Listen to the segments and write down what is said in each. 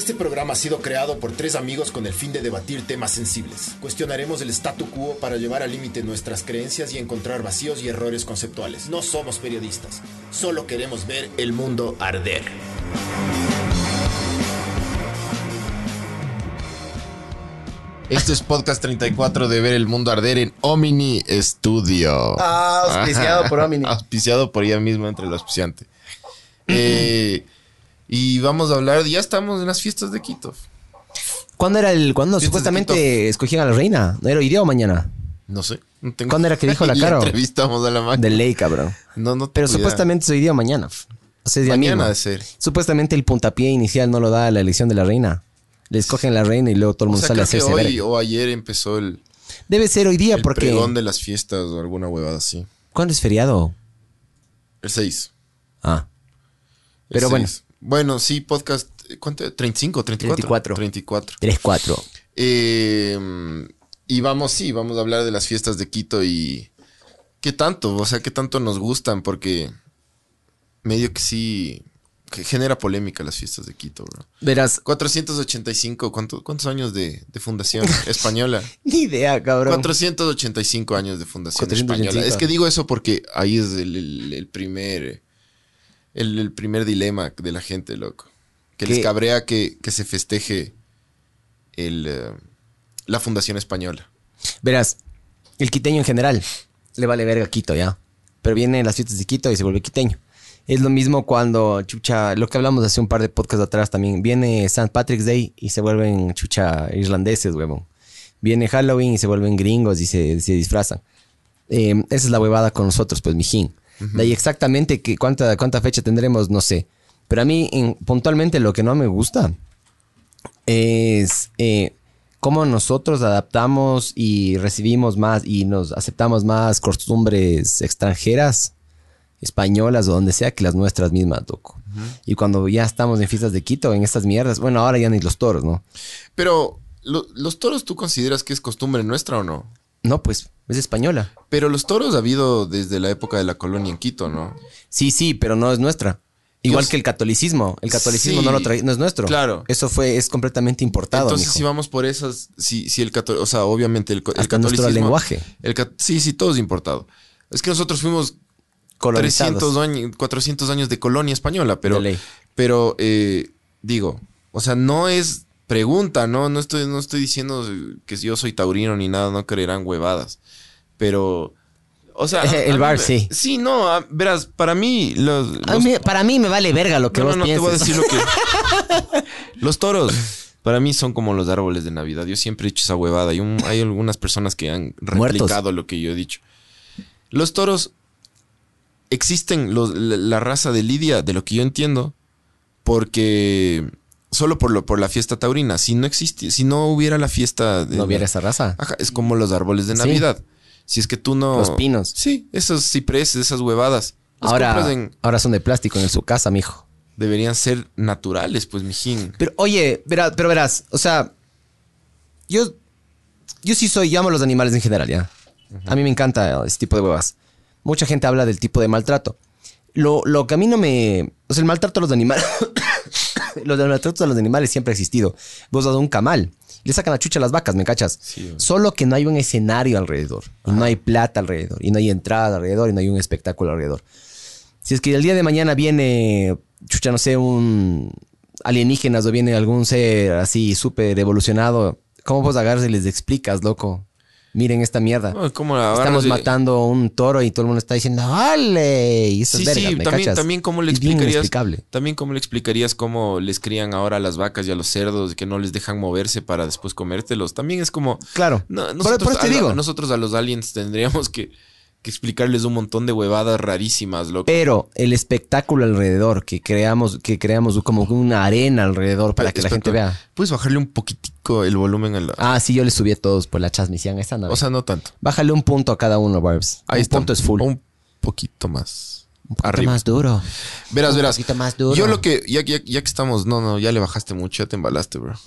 Este programa ha sido creado por tres amigos con el fin de debatir temas sensibles. Cuestionaremos el statu quo para llevar al límite nuestras creencias y encontrar vacíos y errores conceptuales. No somos periodistas, solo queremos ver el mundo arder. Este es podcast 34 de Ver el Mundo Arder en Omni Studio. Auspiciado por Omni. Auspiciado por ella misma entre el auspiciante. Y vamos a hablar, ya estamos en las fiestas de Quito. ¿Cuándo supuestamente escogían a la reina? ¿No era hoy día o mañana? No sé. No tengo... ¿Cuándo era que dijo la Caro? Entrevistamos a la máquina. De ley, cabrón. No pero supuestamente es hoy día o mañana. O sea, es día mañana mismo. De ser. Supuestamente el puntapié inicial no lo da a la elección de la reina. Le escogen la reina y luego todo el mundo sale a hacerse ver. Hoy o ayer empezó el... Debe ser hoy día porque... El pregón de las fiestas o alguna huevada así. ¿Cuándo es feriado? El 6. Ah. Pero bueno. Bueno, sí, podcast... ¿Cuánto? ¿35? ¿34? 34. Y vamos a hablar de las fiestas de Quito y... ¿Qué tanto? O sea, ¿qué tanto nos gustan? Porque medio que sí... Que genera polémica las fiestas de Quito, bro. Verás. 485, ¿cuántos años de fundación española? Ni idea, cabrón. 485 años de fundación española. Es que digo eso porque ahí es el primer dilema de la gente, loco. Que les cabrea que se festeje la fundación española. Verás, el quiteño en general le vale verga a Quito, ¿ya? Pero vienen las fiestas de Quito y se vuelve quiteño. Es lo mismo cuando, chucha, lo que hablamos hace un par de podcasts atrás también. Viene St. Patrick's Day y se vuelven, chucha, irlandeses, huevón. Viene Halloween y se vuelven gringos y se disfrazan. Esa es la huevada con nosotros, pues, mijín. De ahí exactamente cuánta fecha tendremos, no sé. Pero a mí, puntualmente, lo que no me gusta es cómo nosotros adaptamos y recibimos más y nos aceptamos más costumbres extranjeras, españolas o donde sea, que las nuestras mismas, loco. Y cuando ya estamos en fiestas de Quito, en estas mierdas, bueno, ahora ya ni los toros, ¿no? Pero, ¿los toros tú consideras que es costumbre nuestra o no? No, pues, es española. Pero los toros ha habido desde la época de la colonia en Quito, ¿no? Sí, pero no es nuestra. Igual que el catolicismo. El catolicismo sí, no es nuestro. Claro. Eso es completamente importado. Entonces, mijo. si vamos por esas, si el catolicismo, o sea, obviamente el catolicismo. Nuestro lenguaje. Sí, todo es importado. Es que nosotros fuimos 400 años de colonia española, pero digo, o sea, no es pregunta, ¿no? No estoy diciendo que yo soy taurino ni nada, no creerán huevadas. Pero, o sea... sí. Sí, no, verás, para mí... Para mí me vale verga lo que vos pienses. Te voy a decir lo que... Los toros, para mí son como los árboles de Navidad. Yo siempre he dicho esa huevada. Hay algunas personas que han replicado lo que yo he dicho. Los toros... Existen la raza de Lidia, de lo que yo entiendo, porque... Solo por la fiesta taurina. Si no hubiera la fiesta... No hubiera esa raza. Ajá, es como los árboles de Navidad. Si es que tú no... Los pinos. Sí, esos cipreses, esas huevadas. Ahora son de plástico en su casa, mijo. Deberían ser naturales, pues, mijín. Pero, oye, verás, o sea... Yo sí amo los animales en general, ¿ya? A mí me encanta ese tipo de huevas. Mucha gente habla del tipo de maltrato. Lo que a mí no me... O sea, el maltrato a los animales... Los maltratos a los animales siempre ha existido. Vos das un camal, le sacan la chucha a las vacas, ¿me cachas? Sí, solo que no hay un escenario alrededor. Y no hay plata alrededor. Y no hay entrada alrededor. Y no hay un espectáculo alrededor. Si es que el día de mañana viene... Chucha, no sé, un... alienígenas o viene algún ser así súper evolucionado... ¿Cómo vos agarras y les explicas, loco? Miren esta mierda. Estamos matando un toro y todo el mundo está diciendo ¡ale! Y eso es verga, ¿me cachas? También cómo le explicarías cómo les crían ahora a las vacas y a los cerdos, que no les dejan moverse para después comértelos. También es como... Claro. Por eso te digo. Nosotros a los aliens tendríamos que explicarles un montón de huevadas rarísimas, loco. Pero el espectáculo alrededor, que creamos como una arena alrededor para que la gente vea. ¿Puedes bajarle un poquitico el volumen a la... Ah, sí, yo le subí a todos por la transmisión. Esta no. O sea, no tanto. Bájale un punto a cada uno, Barbs. Ahí un punto es full. Un poquito más. Un poquito arriba. Más duro. Verás. Un poquito más duro. Yo lo que... Ya que estamos... No, ya le bajaste mucho. Ya te embalaste, bro.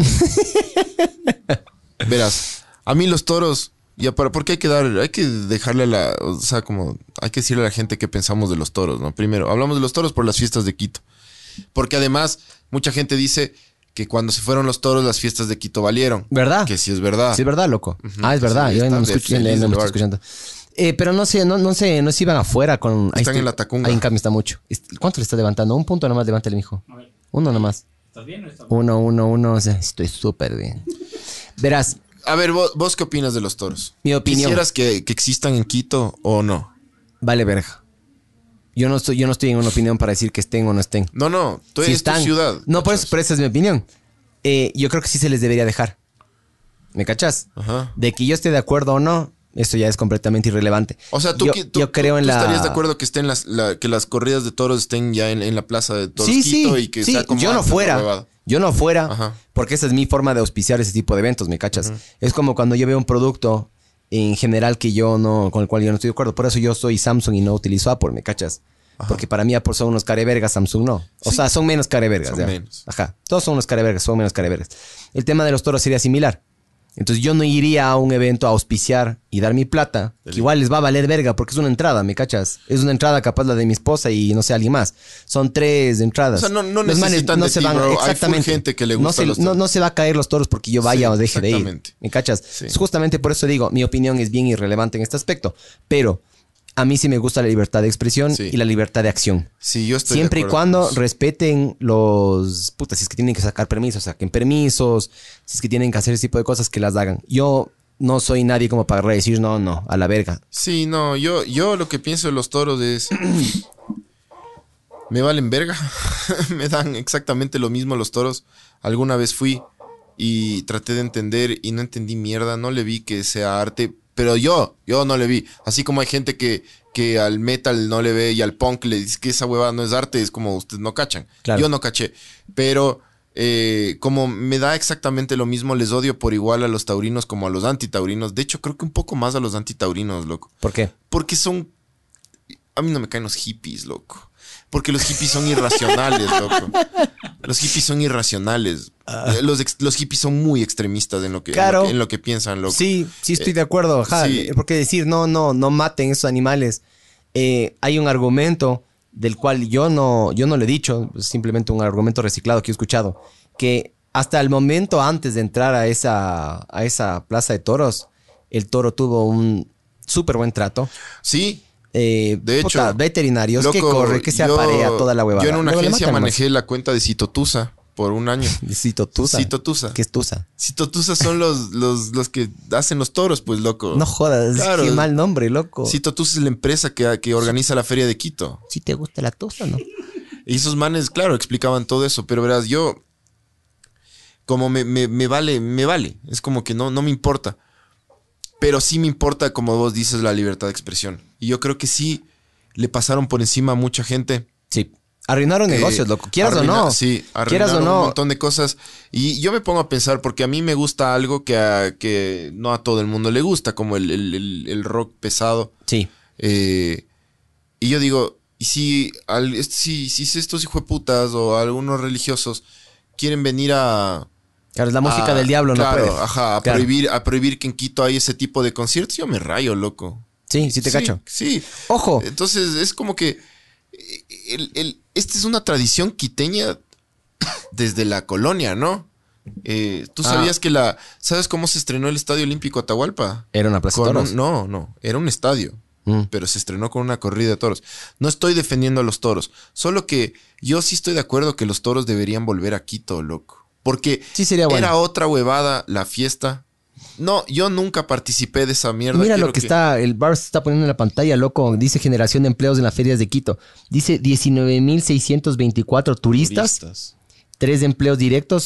Verás. A mí los toros... Ya, porque hay que dejarle o sea, como hay que decirle a la gente qué pensamos de los toros, ¿no? Primero, hablamos de los toros por las fiestas de Quito. Porque además, mucha gente dice que cuando se fueron los toros, las fiestas de Quito valieron. ¿Verdad? Que sí es verdad. Sí es verdad, loco. Es verdad. Sí, Yo no me están escucho, de no me estoy feliz escuchando. Pero no sé, no se iban afuera con... Están en la Tacunga. Ahí en cambio está mucho. ¿Cuánto le está levantando? Un punto nomás, levántale, mijo. Uno nomás. ¿Estás bien o estás bien? Uno. O sea, estoy súper bien. Verás. A ver, ¿vos qué opinas de los toros? Mi opinión. ¿Quisieras que existan en Quito o no? Vale, verga. Yo no estoy en una opinión para decir que estén o no estén. No. Tú Si eres tu ciudad. No, por eso esa es mi opinión. Yo creo que sí se les debería dejar. ¿Me cachas? Ajá. De que yo esté de acuerdo o no, eso ya es completamente irrelevante. O sea, tú creo en ¿tú la... estarías de acuerdo que estén que las corridas de toros estén ya en la plaza de toros Quito y que sea como yo no antes, fuera. huevada? Yo no fuera, Ajá. porque esa es mi forma de auspiciar ese tipo de eventos, ¿me cachas? Es como cuando yo veo un producto en general con el cual yo no estoy de acuerdo. Por eso yo soy Samsung y no utilizo Apple, ¿me cachas? Ajá. Porque para mí Apple son unos carevergas, Samsung no. O sea, son menos carevergas. Son ya. menos. Ajá. Todos son unos carevergas, son menos carevergas. El tema de los toros sería similar. Entonces yo no iría a un evento a auspiciar y dar mi plata, que igual les va a valer verga porque es una entrada, ¿me cachas? Es una entrada capaz la de mi esposa y no sé, alguien más. Son 3 entradas. O sea, no Los necesitan manes de ti, bro. Hay full gente que le gusta los toros. no se va a caer los toros porque yo vaya Sí, o deje de ir. exactamente. ¿Me cachas? Sí. Es justamente por eso digo, mi opinión es bien irrelevante en este aspecto. Pero a mí sí me gusta la libertad de expresión Sí. y la libertad de acción. Sí, yo estoy de Siempre y acuerdo cuando con eso. respeten los... Puta, si es que tienen que sacar permisos, saquen permisos. Si es que tienen que hacer ese tipo de cosas, que las hagan. Yo no soy nadie como para decir no, a la verga. Sí, no, yo lo que pienso de los toros es... me valen verga. Me dan exactamente lo mismo los toros. Alguna vez fui y traté de entender y no entendí mierda. No le vi que sea arte, pero yo no le vi. Así como hay gente que al metal no le ve y al punk le dice que esa huevada no es arte, es como ustedes no cachan. Claro. Yo no caché. Pero como me da exactamente lo mismo, les odio por igual a los taurinos como a los antitaurinos. De hecho, creo que un poco más a los antitaurinos, loco. ¿Por qué? Porque son... A mí no me caen los hippies, loco. Porque los hippies son irracionales, loco. Los hippies son irracionales. Los hippies son muy extremistas en lo que, Claro. en lo que piensan, loco. Sí estoy de acuerdo. Ajá. sí. Porque decir no maten esos animales. Hay un argumento del cual yo no le he dicho, es simplemente un argumento reciclado que he escuchado, que hasta el momento antes de entrar a esa plaza de toros, el toro tuvo un súper buen trato. Sí, De hecho, veterinarios, que loco, corre, que se aparea toda la huevada. Yo en una Luego le agencia matan manejé la cuenta de Citotusa por un año. nomás. Citotusa. Citotusa. ¿Qué es tusa? Citotusa son los que hacen los toros, pues, loco. No jodas, Claro. qué mal nombre, loco. Citotusa es la empresa que organiza la feria de Quito. ¿Sí te gusta la tusa, no? Y esos manes, claro, explicaban todo eso. Pero verás, yo... Como me vale. Es como que no me importa. Pero sí me importa, como vos dices, la libertad de expresión. Y yo creo que sí le pasaron por encima a mucha gente. Sí. Arruinaron negocios, loco. Quieras o no. Sí, Quieras o arruinaron no. un montón de cosas. Y yo me pongo a pensar, porque a mí me gusta algo que no a todo el mundo le gusta, como el rock pesado. Sí. Y yo digo, ¿y si estos hijueputas o algunos religiosos quieren venir a... Claro, es la música del diablo, claro, no puede. Ajá, a Claro. prohibir que en Quito hay ese tipo de conciertos, yo me rayo, loco. Sí, sí te cacho. Sí. Ojo. Entonces es como que esta es una tradición quiteña desde la colonia, ¿no? ¿Tú sabías ¿sabes cómo se estrenó el Estadio Olímpico Atahualpa? Era una plaza de toros. No, era un estadio. Pero se estrenó con una corrida de toros. No estoy defendiendo a los toros. Solo que yo sí estoy de acuerdo que los toros deberían volver a Quito, loco. Porque Sí, sería bueno. era otra huevada la fiesta. No, yo nunca participé de esa mierda. Mira Quiero lo que está, el bar se está poniendo en la pantalla, loco. Dice generación de empleos en las ferias de Quito. Dice 19,624 turistas. 3 empleos directos,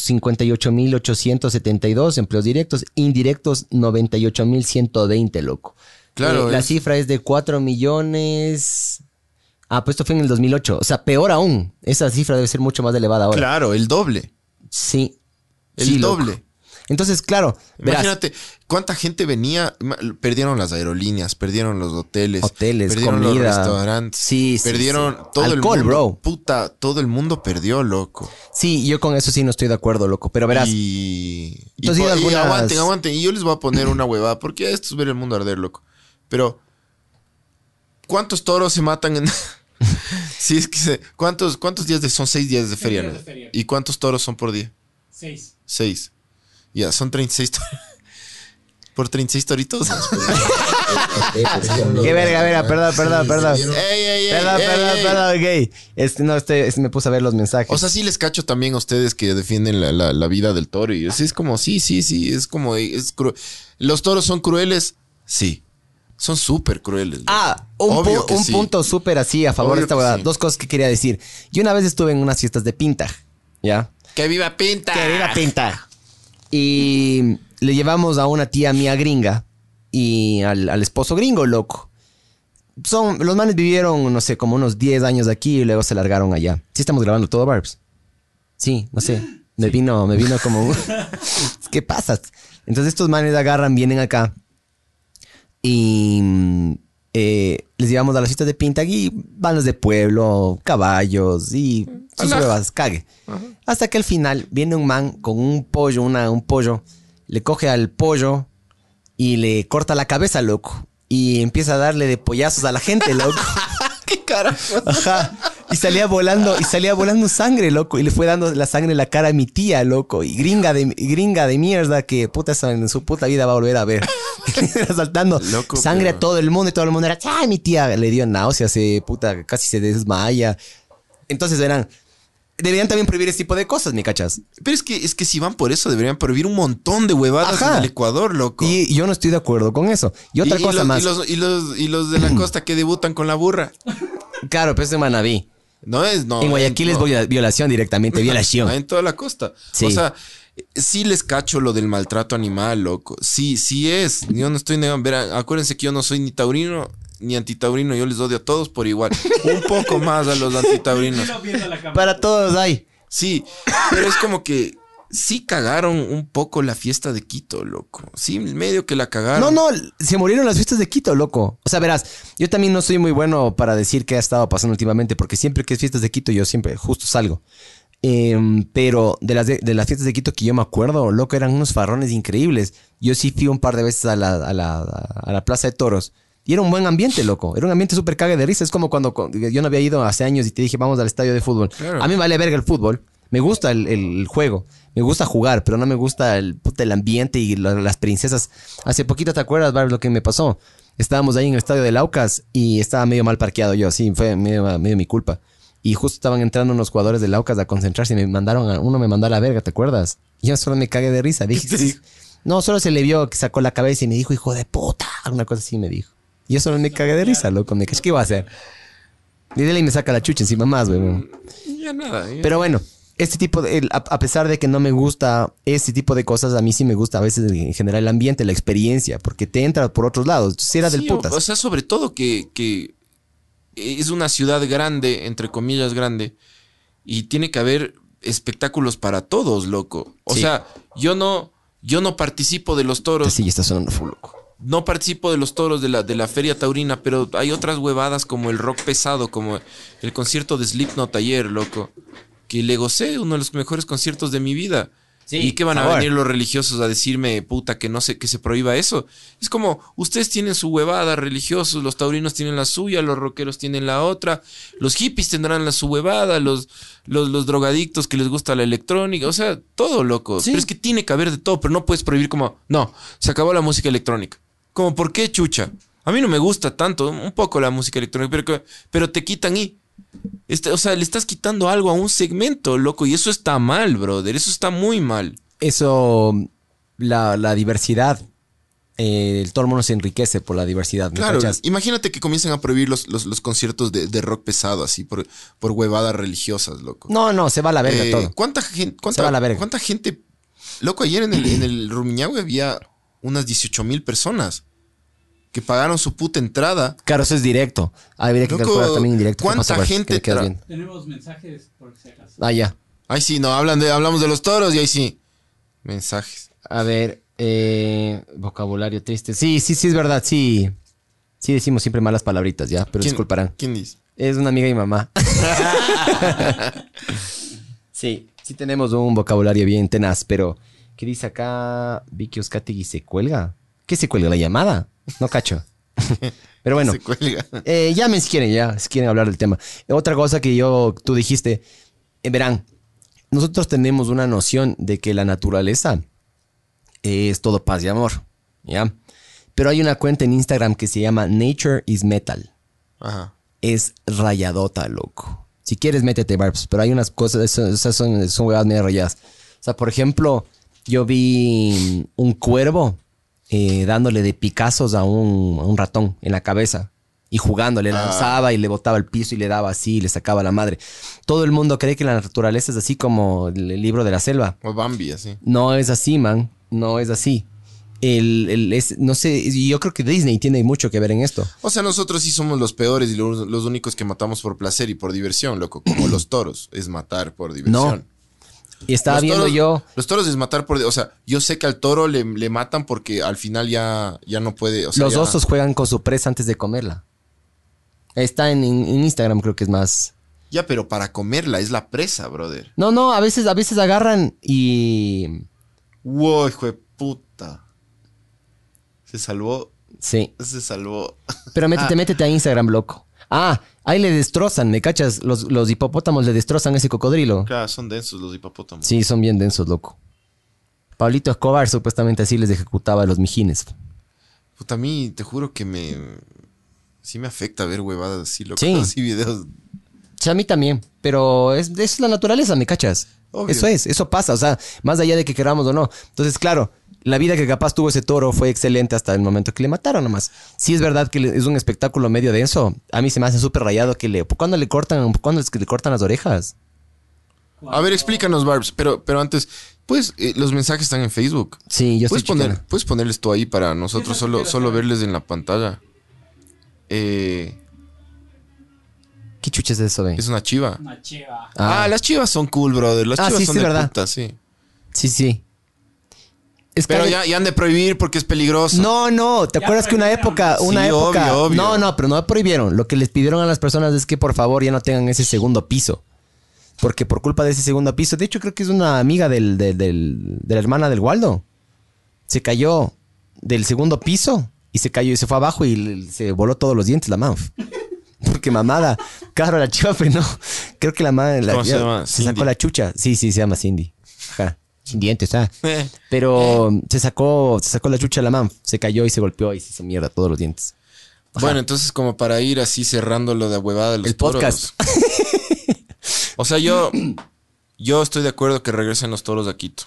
58,872 empleos directos. Indirectos, 98,120, loco. Claro, La cifra es de 4 millones... Ah, pues esto fue en el 2008. O sea, peor aún. Esa cifra debe ser mucho más elevada ahora. Claro, el doble. Sí. El Sí, loco. doble. Entonces, claro, verás, Imagínate cuánta gente venía. Perdieron las aerolíneas, perdieron los hoteles, hoteles, perdieron comida. los restaurantes, Sí, sí, perdieron sí. todo Alcohol, el mundo. bro. Puta, todo el mundo perdió, loco. Sí, yo con eso sí no estoy de acuerdo, loco. Pero verás, Y ¿tú has ido a algunas- aguanten. Y yo les voy a poner una huevada, porque esto es ver el mundo arder, loco. Pero, ¿cuántos toros se matan en...? Sí, es que ¿cuántos días son 6 días de feria, días ¿no? de feria. ¿Y cuántos toros son por día? 6. Ya, son 36 por 36 toritos. Qué verga, perdón. Perdón, gay. Me puse a ver los mensajes. O sea, sí les cacho también a ustedes que defienden la vida del toro. Y es como, sí. Es como, ¿los toros son crueles? Sí. Son súper crueles. Un punto súper así a favor de esta huevada. Sí. 2 cosas que quería decir. Yo una vez estuve en unas fiestas de Pinta, ¿ya? ¡Que viva Pinta! ¡Que viva Pinta! Y le llevamos a una tía mía gringa y al esposo gringo, loco. Los manes vivieron, no sé, como unos 10 años aquí y luego se largaron allá. ¿Sí estamos grabando todo, Barbs? Sí, no sé. Me vino como... ¿Qué pasa? Entonces estos manes vienen acá y les llevamos a las fiestas de Pinta y van los de pueblo, caballos y sus huevas, cague. Hasta que al final viene un man con un pollo, un pollo, le coge al pollo y le corta la cabeza, loco. Y empieza a darle de pollazos a la gente, loco. ¿Qué carajo? Ajá. Y salía volando sangre, loco. Y le fue dando la sangre en la cara a mi tía, loco. Y gringa de mierda que puta en su puta vida va a volver a ver. Saltando loco, sangre a todo el mundo y todo el mundo era, ¡ay! Mi tía le dio náuseas, casi se desmaya. Entonces deberían también prohibir ese tipo de cosas, ¿me cachas? Pero es que si van por eso, deberían prohibir un montón de huevadas en el Ecuador, loco. Y yo no estoy de acuerdo con eso. Y otra cosa más. Y los de la costa que debutan con la burra. Claro, pero es de Manabí. No. En Guayaquil es violación directamente, violación. En toda la costa. Sí. O sea, sí les cacho lo del maltrato animal, loco. Sí es. Yo no estoy negando. Verán, acuérdense que yo no soy ni taurino ni antitaurino. Yo les odio a todos por igual. Un poco más a los antitaurinos. Para todos hay. Sí, pero es como que sí cagaron un poco la fiesta de Quito, loco. Sí, medio que la cagaron. No, se murieron las fiestas de Quito, loco. O sea, verás, yo también no soy muy bueno para decir qué ha estado pasando últimamente, porque siempre que es fiestas de Quito yo siempre justo salgo. Pero de las fiestas de Quito que yo me acuerdo, loco, eran unos farrones increíbles. Yo sí fui un par de veces a la Plaza de Toros. Y era un buen ambiente, loco. Era un ambiente súper cague de risa. Es como cuando yo no había ido hace años y te dije, vamos al estadio de fútbol. Claro. A mí me vale verga el fútbol. Me gusta el juego. Me gusta jugar, pero no me gusta el ambiente y las princesas. Hace poquito, ¿te acuerdas, Barb, lo que me pasó? Estábamos ahí en el estadio de Laucas y estaba medio mal parqueado yo. Sí, fue medio mi culpa. Y justo estaban entrando unos jugadores de Laucas a concentrarse y uno me mandó a la verga, ¿te acuerdas? Y yo solo me cagué de risa. Dije, no, solo se le vio que sacó la cabeza y me dijo, hijo de puta. Una cosa así me dijo. Y yo solo me cagué de risa, loco. ¿Qué iba a hacer? Y de ahí me saca la chucha encima más, weón. Ya nada. Pero bueno, este tipo a pesar de que no me gusta este tipo de cosas, a mí sí me gusta a veces en general el ambiente, la experiencia, porque te entra por otros lados. Si era del putas. O sea, sobre todo que es una ciudad grande, entre comillas grande, y tiene que haber espectáculos para todos, loco. O sea, yo no participo de los toros. Sí, está sonando full, loco. No participo de los toros de la feria taurina, pero hay otras huevadas como el rock pesado, como el concierto de Slipknot ayer, loco. Que le gocé, uno de los mejores conciertos de mi vida. Sí, ¿y qué van a venir los religiosos a decirme, puta, que no sé, que se prohíba eso? Es como, ustedes tienen su huevada, religiosos, los taurinos tienen la suya, los rockeros tienen la otra, los hippies tendrán su huevada, los drogadictos que les gusta la electrónica, o sea, todo, loco. Sí. Pero es que tiene que haber de todo, pero no puedes prohibir como, no, se acabó la música electrónica. Como, ¿por qué, chucha? A mí no me gusta tanto, un poco la música electrónica, pero te quitan o sea, le estás quitando algo a un segmento, loco, y eso está mal, brother, eso está muy mal. Eso, la diversidad, todo el mundo se enriquece por la diversidad. Claro, imagínate que comiencen a prohibir los conciertos de rock pesado, así, por huevadas religiosas, loco. No, se va a la verga todo. Se va a la verga. ¿Cuánta gente? Loco, ayer en el Rumiñahui había unas 18,000 personas que pagaron su puta entrada. Claro, eso es directo. Habría que calcular también indirecto. ¿Cuánta gente? Tenemos mensajes por si acaso. Ya. Ay, sí, no, hablamos de los toros y ahí sí. Mensajes. A ver, vocabulario triste. Sí, es verdad, sí. Sí decimos siempre malas palabritas, ya, pero disculparán. ¿Quién dice? Es una amiga y mamá. Sí tenemos un vocabulario bien tenaz, pero ¿qué dice acá? Vicky Oscategui se cuelga. ¿Qué se cuelga? ¿La llamada? No cacho. Pero bueno. Se cuelga. Llamen si quieren hablar del tema. Otra cosa que tú dijiste, verán, nosotros tenemos una noción de que la naturaleza es todo paz y amor, ¿ya? Pero hay una cuenta en Instagram que se llama Nature is Metal. Ajá. Es rayadota, loco. Si quieres, métete, Barbs. Pero hay unas cosas, esas son huevadas medio rayadas. O sea, por ejemplo, yo vi un cuervo dándole de picazos a un ratón en la cabeza. Y jugando, le lanzaba y le botaba al piso y le daba así y le sacaba la madre. Todo el mundo cree que la naturaleza es así como el libro de la selva. O Bambi, así. No es así, man. No es así. No sé, yo creo que Disney tiene mucho que ver en esto. O sea, nosotros sí somos los peores y los únicos que matamos por placer y por diversión, loco. Como los toros, es matar por diversión. No. Y estaba viendo yo... Los toros es matar por... O sea, yo sé que al toro le matan porque al final ya no puede... O sea, los osos juegan con su presa antes de comerla. Está en Instagram, creo que es más... Ya, pero para comerla es la presa, brother. No, a veces agarran y... Wow, hijo de puta. Se salvó. Sí. Se salvó. Pero métete a Instagram, loco. Ahí le destrozan, ¿me cachas? Los hipopótamos le destrozan a ese cocodrilo. Claro, son densos los hipopótamos. Sí, son bien densos, loco. Pablito Escobar supuestamente así les ejecutaba a los mijines. Puta, a mí te juro que sí me afecta ver huevadas así, loco. Sí. Así videos. Sí, a mí también. Pero es la naturaleza, ¿me cachas? Obvio. Eso pasa. O sea, más allá de que queramos o no. Entonces, claro, la vida que capaz tuvo ese toro fue excelente hasta el momento que le mataron nomás. Sí es verdad que es un espectáculo medio denso. A mí se me hace súper rayado que ¿cuándo es que le cortan las orejas? A ver, explícanos, Barbs. Pero antes, pues, los mensajes están en Facebook. Sí, yo estoy checando. ¿Puedes ponerles tú ahí para nosotros solo verles en la pantalla? ¿Qué chuches es eso, ve? Es una chiva. Una chiva. Las chivas son cool, brother. Las chivas sí, son sí, de verdad. puta, sí. Sí. Pero ya han de prohibir porque es peligroso. No. ¿Te acuerdas que una época... Sí, obvio. No, pero no prohibieron. Lo que les pidieron a las personas es que por favor ya no tengan ese segundo piso. Porque por culpa de ese segundo piso... De hecho, creo que es una amiga de la hermana del Waldo. Se cayó del segundo piso y se cayó y se fue abajo y se voló todos los dientes la manf. Porque mamada. Claro, la chiva frenó. Creo que la madre... ¿Cómo se llama? Se sacó la chucha. Sí, se llama Cindy. Ajá. Sin dientes, Pero se sacó la chucha a la man. Se cayó y se golpeó y se hizo mierda todos los dientes. Ajá. Bueno, entonces como para ir así cerrando lo de huevada de los toros. podcast. O sea, yo estoy de acuerdo que regresen los toros a Quito.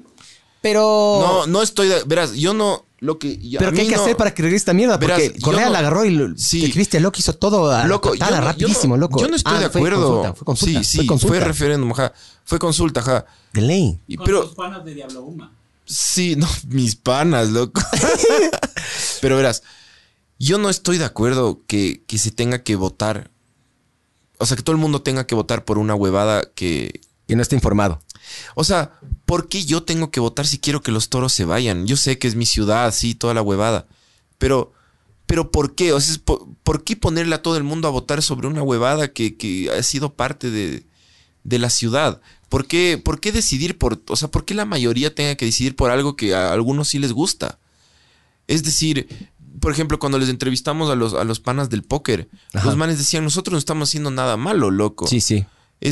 Pero... No estoy de... Verás, yo no... ¿Pero qué hay que hacer para que regrese esta mierda? Porque Verás, Correa la agarró y sí. Cristian Loco hizo todo rapidísimo, loco. Yo no estoy de acuerdo. Fue consulta. Fue referéndum, ajá. Fue consulta, ajá. De ley. Con Pero tus panas de Diablo Uma. sí, no, mis panas, loco. Pero verás, yo no estoy de acuerdo que se tenga que votar. O sea, que todo el mundo tenga que votar por una huevada que no está informado. O sea, ¿por qué yo tengo que votar si quiero que los toros se vayan? Yo sé que es mi ciudad, sí, toda la huevada. Pero ¿por qué? O sea, ¿por qué ponerle a todo el mundo a votar sobre una huevada que ha sido parte de la ciudad? ¿Por qué decidir o sea, por qué la mayoría tenga que decidir por algo que a algunos sí les gusta? Es decir, por ejemplo, cuando les entrevistamos a los panas del póker, Ajá. Los manes decían, nosotros no estamos haciendo nada malo, loco. Sí.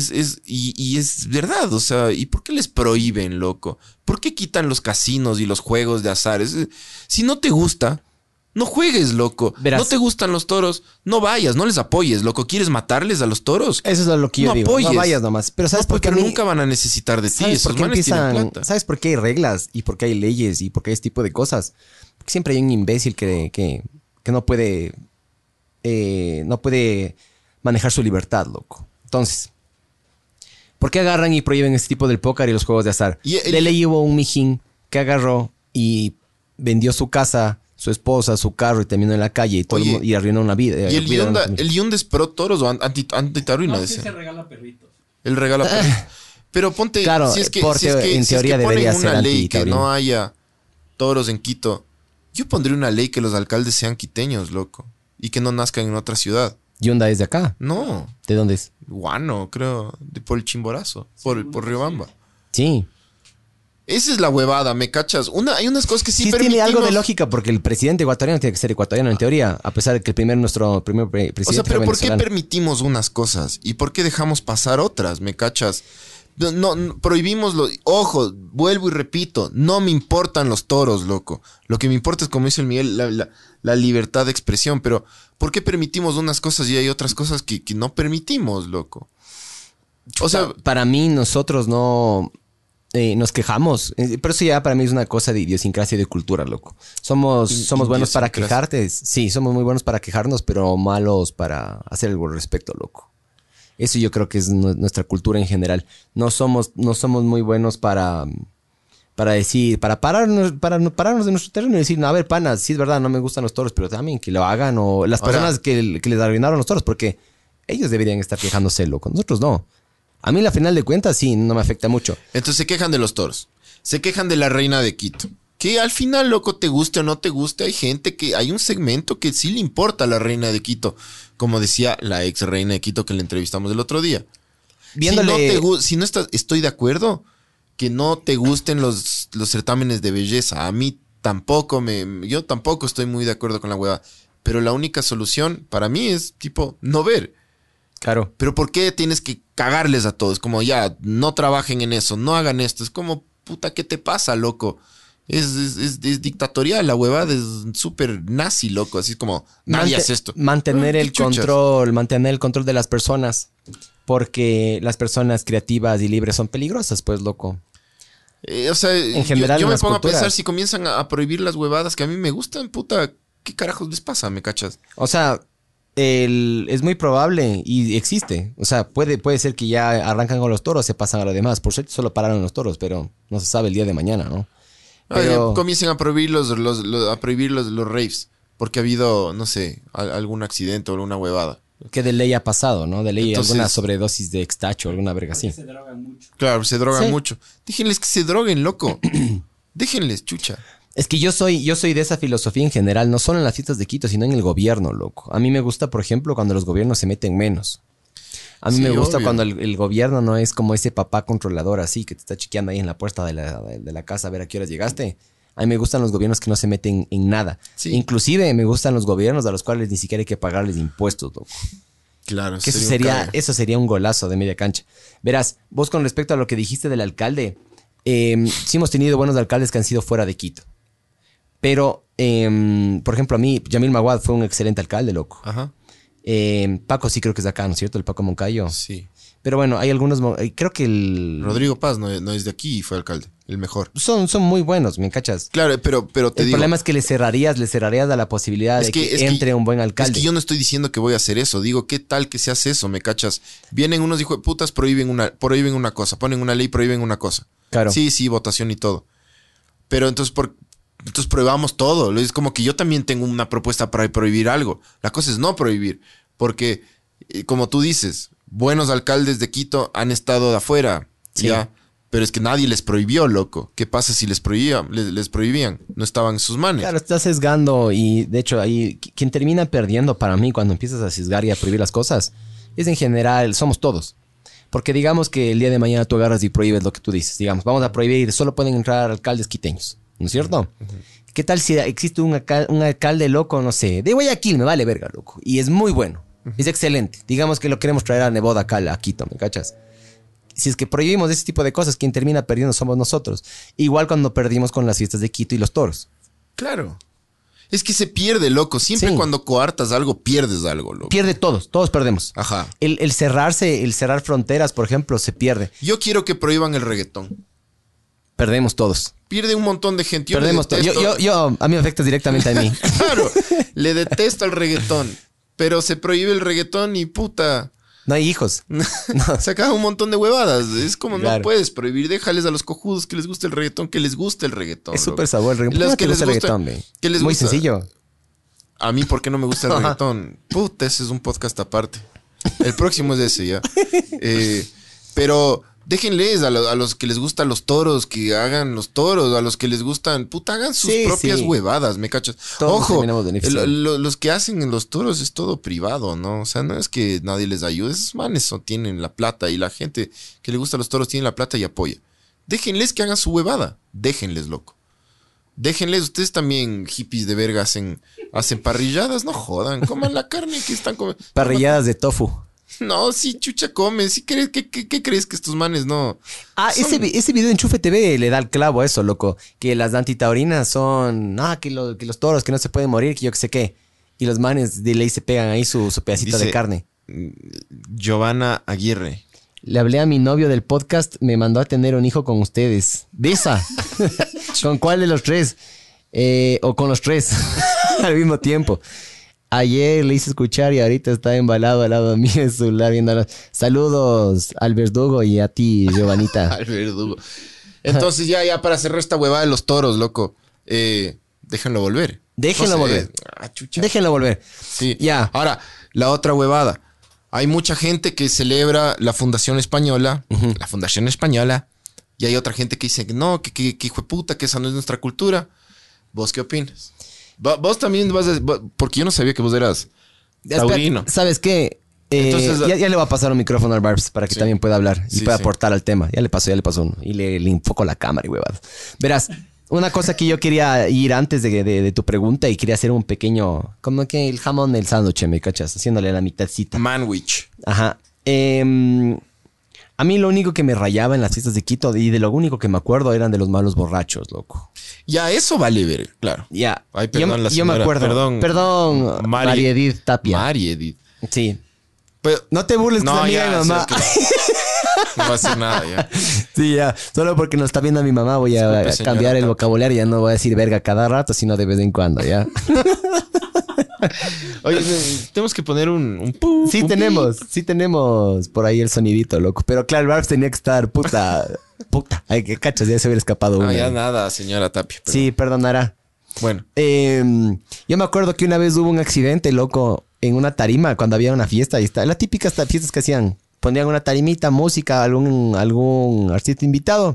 Y es verdad, o sea, ¿y por qué les prohíben, loco? ¿Por qué quitan los casinos y los juegos de azar? Si no te gusta, no juegues, loco. Verás. No te gustan los toros, no vayas, no les apoyes, loco. ¿Quieres matarles a los toros? Eso es lo que yo No digo. apoyes. No vayas nomás. Pero ¿sabes por qué? Pero nunca van a necesitar de ti. ¿Sabes Esos por qué manes tienen plata. ¿Sabes por qué hay reglas y por qué hay leyes y por qué hay este tipo de cosas? Porque siempre hay un imbécil que no puede manejar su libertad, loco. Entonces, ¿por qué agarran y prohíben este tipo del póker y los juegos de azar? De ley hubo un mijín que agarró y vendió su casa, su esposa, su carro y terminó en la calle y, y arruinó una vida. ¿Y el Yunda es pro toros o anti-taruina? No, sí se regala perritos. Él regala perritos. Pero ponte, claro, si es que en teoría debería ponen una ser ley que antitaurino. no haya toros en Quito, yo pondría una ley que los alcaldes sean quiteños, loco. Y que no nazcan en otra ciudad. ¿Yunda es de acá? No. ¿De dónde es? Guano, creo. Por el Chimborazo. Por Riobamba. Sí. Esa es la huevada, ¿me cachas? Hay unas cosas que sí tiene permitimos. algo de lógica porque el presidente ecuatoriano tiene que ser ecuatoriano en teoría, a pesar de que nuestro primer presidente O sea, pero fue ¿por qué venezolano. permitimos unas cosas? ¿Y por qué dejamos pasar otras, me cachas? Prohibimos ojo, vuelvo y repito, no me importan los toros, loco. Lo que me importa es, como dice el Miguel, la libertad de expresión. Pero, ¿por qué permitimos unas cosas y hay otras cosas que no permitimos, loco? O sea, para mí, nosotros no nos quejamos. Pero eso ya para mí es una cosa de idiosincrasia y de cultura, loco. Somos buenos para quejarte. Sí, somos muy buenos para quejarnos, pero malos para hacer algo al respecto, loco. Eso yo creo que es nuestra cultura en general. No somos muy buenos para decir, para pararnos de nuestro terreno y decir, no, a ver, panas, sí es verdad, no me gustan los toros, pero también que lo hagan, o las personas que les arruinaron los toros, porque ellos deberían estar quejándose, loco. Nosotros no. A mí, la final de cuentas, sí, no me afecta mucho. Entonces se quejan de los toros. Se quejan de la reina de Quito. Que al final, loco, te guste o no te guste, hay un segmento que sí le importa a la reina de Quito. Como decía la ex reina de Quito que le entrevistamos el otro día. Viéndole... Estoy de acuerdo que no te gusten los certámenes de belleza. A mí tampoco yo tampoco estoy muy de acuerdo con la hueva. Pero la única solución para mí es tipo no ver. Claro. Pero ¿por qué tienes que cagarles a todos? Como ya, no trabajen en eso, no hagan esto. Es como, puta, ¿qué te pasa, loco? Es dictatorial, la huevada es súper nazi, loco. Así como, nadie hace esto. Mantener el control de las personas. Porque las personas creativas y libres son peligrosas, pues, loco. O sea, en general, yo me pongo a pensar, si comienzan a prohibir las huevadas que a mí me gustan, puta, ¿qué carajos les pasa? ¿Me cachas? O sea, es muy probable y existe. O sea, puede ser que ya arrancan con los toros, se pasan a lo demás. Por suerte solo pararon los toros, pero no se sabe el día de mañana, ¿no? Pero comiencen a prohibir los raves. Porque ha habido, no sé, algún accidente o alguna huevada. Que de ley ha pasado, ¿no? De ley. Entonces, alguna sobredosis de extacho, alguna verga así. Se drogan mucho. Claro, se drogan mucho. Déjenles que se droguen, loco. Déjenles, chucha. Es que yo soy de esa filosofía en general, no solo en las fiestas de Quito, sino en el gobierno, loco. A mí me gusta, por ejemplo, cuando los gobiernos se meten menos. A mí me gusta cuando el gobierno no es como ese papá controlador así, que te está chequeando ahí en la puerta de la casa a ver a qué horas llegaste. A mí me gustan los gobiernos que no se meten en nada. Sí. Inclusive me gustan los gobiernos a los cuales ni siquiera hay que pagarles impuestos, loco. Claro. Que eso sería un golazo de media cancha. Verás, vos con respecto a lo que dijiste del alcalde, sí hemos tenido buenos alcaldes que han sido fuera de Quito. Pero, por ejemplo, a mí, Yamil Maguad fue un excelente alcalde, loco. Ajá. Paco sí creo que es de acá, ¿no es cierto? El Paco Moncayo. Sí. Pero bueno, hay algunos... Creo que Rodrigo Paz no es de aquí y fue alcalde. El mejor. Son muy buenos, ¿me cachas? Claro, pero te digo... El problema es que le cerrarías a la posibilidad de que entre un buen alcalde. Es que yo no estoy diciendo que voy a hacer eso. Digo, ¿qué tal que se hace eso? ¿Me cachas? Vienen unos hijos de putas, prohíben una cosa. Ponen una ley, prohíben una cosa. Claro. Sí, votación y todo. Pero entonces probamos todo. Es como que yo también tengo una propuesta para prohibir algo. La cosa es no prohibir. Porque, como tú dices, buenos alcaldes de Quito han estado de afuera. Sí. Ya. Pero es que nadie les prohibió, loco. ¿Qué pasa si les prohibían? No estaban en sus manos. Claro, estás sesgando y de hecho ahí quien termina perdiendo para mí cuando empiezas a sesgar y a prohibir las cosas es en general, somos todos. Porque digamos que el día de mañana tú agarras y prohíbes lo que tú dices. Digamos, vamos a prohibir, solo pueden entrar alcaldes quiteños. ¿No es cierto? ¿Qué tal si existe un alcalde loco, no sé, de Guayaquil, me vale verga, loco? Y es muy bueno. Es excelente. Digamos que lo queremos traer a Neboda acá, a Quito, ¿me cachas? Si es que prohibimos ese tipo de cosas, quien termina perdiendo somos nosotros. Igual cuando perdimos con las fiestas de Quito y los toros. Claro. Es que se pierde, loco. Siempre cuando coartas algo, pierdes algo, loco. Pierde todos perdemos. Ajá. El cerrar fronteras, por ejemplo, se pierde. Yo quiero que prohíban el reggaetón. Perdemos todos. Pierde un montón de gente. Perdemos todos. A mí me afecta directamente a mí. Claro. Le detesto el reggaetón. Pero se prohíbe el reggaetón y puta... No hay hijos. No. Se acaba un montón de huevadas. Es como no puedes prohibir. Déjales a los cojudos que les guste el reggaetón, que les guste el reggaetón. Es súper sabor el reggaetón. Los que les gusta el reggaetón, muy sencillo. A mí, ¿por qué no me gusta el reggaetón? Puta, ese es un podcast aparte. El próximo es ese ya. Pero déjenles a los que les gustan los toros, que hagan los toros. A los que les gustan, puta, hagan sus propias huevadas, ¿me cachas? Todos ojo, los que hacen en los toros es todo privado, ¿no? O sea, no es que nadie les ayude. Esos manes tienen la plata y la gente que le gusta los toros tiene la plata y apoya. Déjenles que hagan su huevada. Déjenles, loco. Déjenles, ustedes también, hippies de verga, hacen parrilladas, no jodan. Coman la carne que están comiendo. Parrilladas de tofu. No, sí, chucha come. ¿Sí crees, qué crees que estos manes no? Ah, son- ese video de Enchufe TV le da el clavo a eso, loco. Que las antitaurinas son... que los toros que no se pueden morir, que yo que sé qué. Y los manes de ley se pegan ahí su pedacito Dice- de carne. Giovanna Aguirre. Le hablé a mi novio del podcast, me mandó a tener un hijo con ustedes. ¿Besa? ¿Con cuál de los tres? O con los tres al mismo tiempo. Ayer le hice escuchar y ahorita está embalado al lado mío en su celular viendo. Saludos al verdugo y a ti, Giovanita. Al verdugo. Entonces, ya para cerrar esta huevada de los toros, loco. Déjenlo volver. Déjenlo No sé. volver. Chucha. Déjenlo volver. Sí. Ya. Ahora, la otra huevada. Hay mucha gente que celebra la Fundación Española. La Fundación Española. Y hay otra gente que dice que no, que hijo de puta, que esa no es nuestra cultura. ¿Vos qué opinas? Vos también vas a... Porque yo no sabía que vos eras taurino. Espérate, ¿sabes qué? Entonces, ya le va a pasar un micrófono al Barbs para que Sí. también pueda hablar y Sí, pueda sí. aportar al tema. Ya le pasó uno. Y le enfoco la cámara y huevadas. Verás, una cosa que yo quería ir antes de tu pregunta y quería hacer un pequeño... Como que el jamón del sándwich, ¿me cachas? Haciéndole la mitadcita. Manwich. Ajá. A mí lo único que me rayaba en las fiestas de Quito y de lo único que me acuerdo eran de los malos borrachos, loco. Ya, eso vale ver, claro. Ya. Ay, perdón, la yo me señora. acuerdo. Perdón, María Edith Tapia. Mari Edith. Sí. Pero- No te burles, que es amiga de mi mamá. sí, ok. No va a hacer nada ya. Sí, ya. Solo porque nos está viendo a mi mamá voy a Disculpe, señora cambiar el Tapia. vocabulario. Ya no voy a decir verga cada rato, sino de vez en cuando, ¿ya? Oye, tenemos que poner un Sí tenemos por ahí el sonidito, loco. Pero claro, el Barbs tenía que estar puta. Ay, que cachas, ya se hubiera escapado No, uno. ya nada, señora Tapia. pero- Sí, perdonará. Bueno, Yo me acuerdo que una vez hubo un accidente, loco, en una tarima cuando había una fiesta. Y está, las típicas fiestas que hacían. Ponían una tarimita, música, algún artista invitado.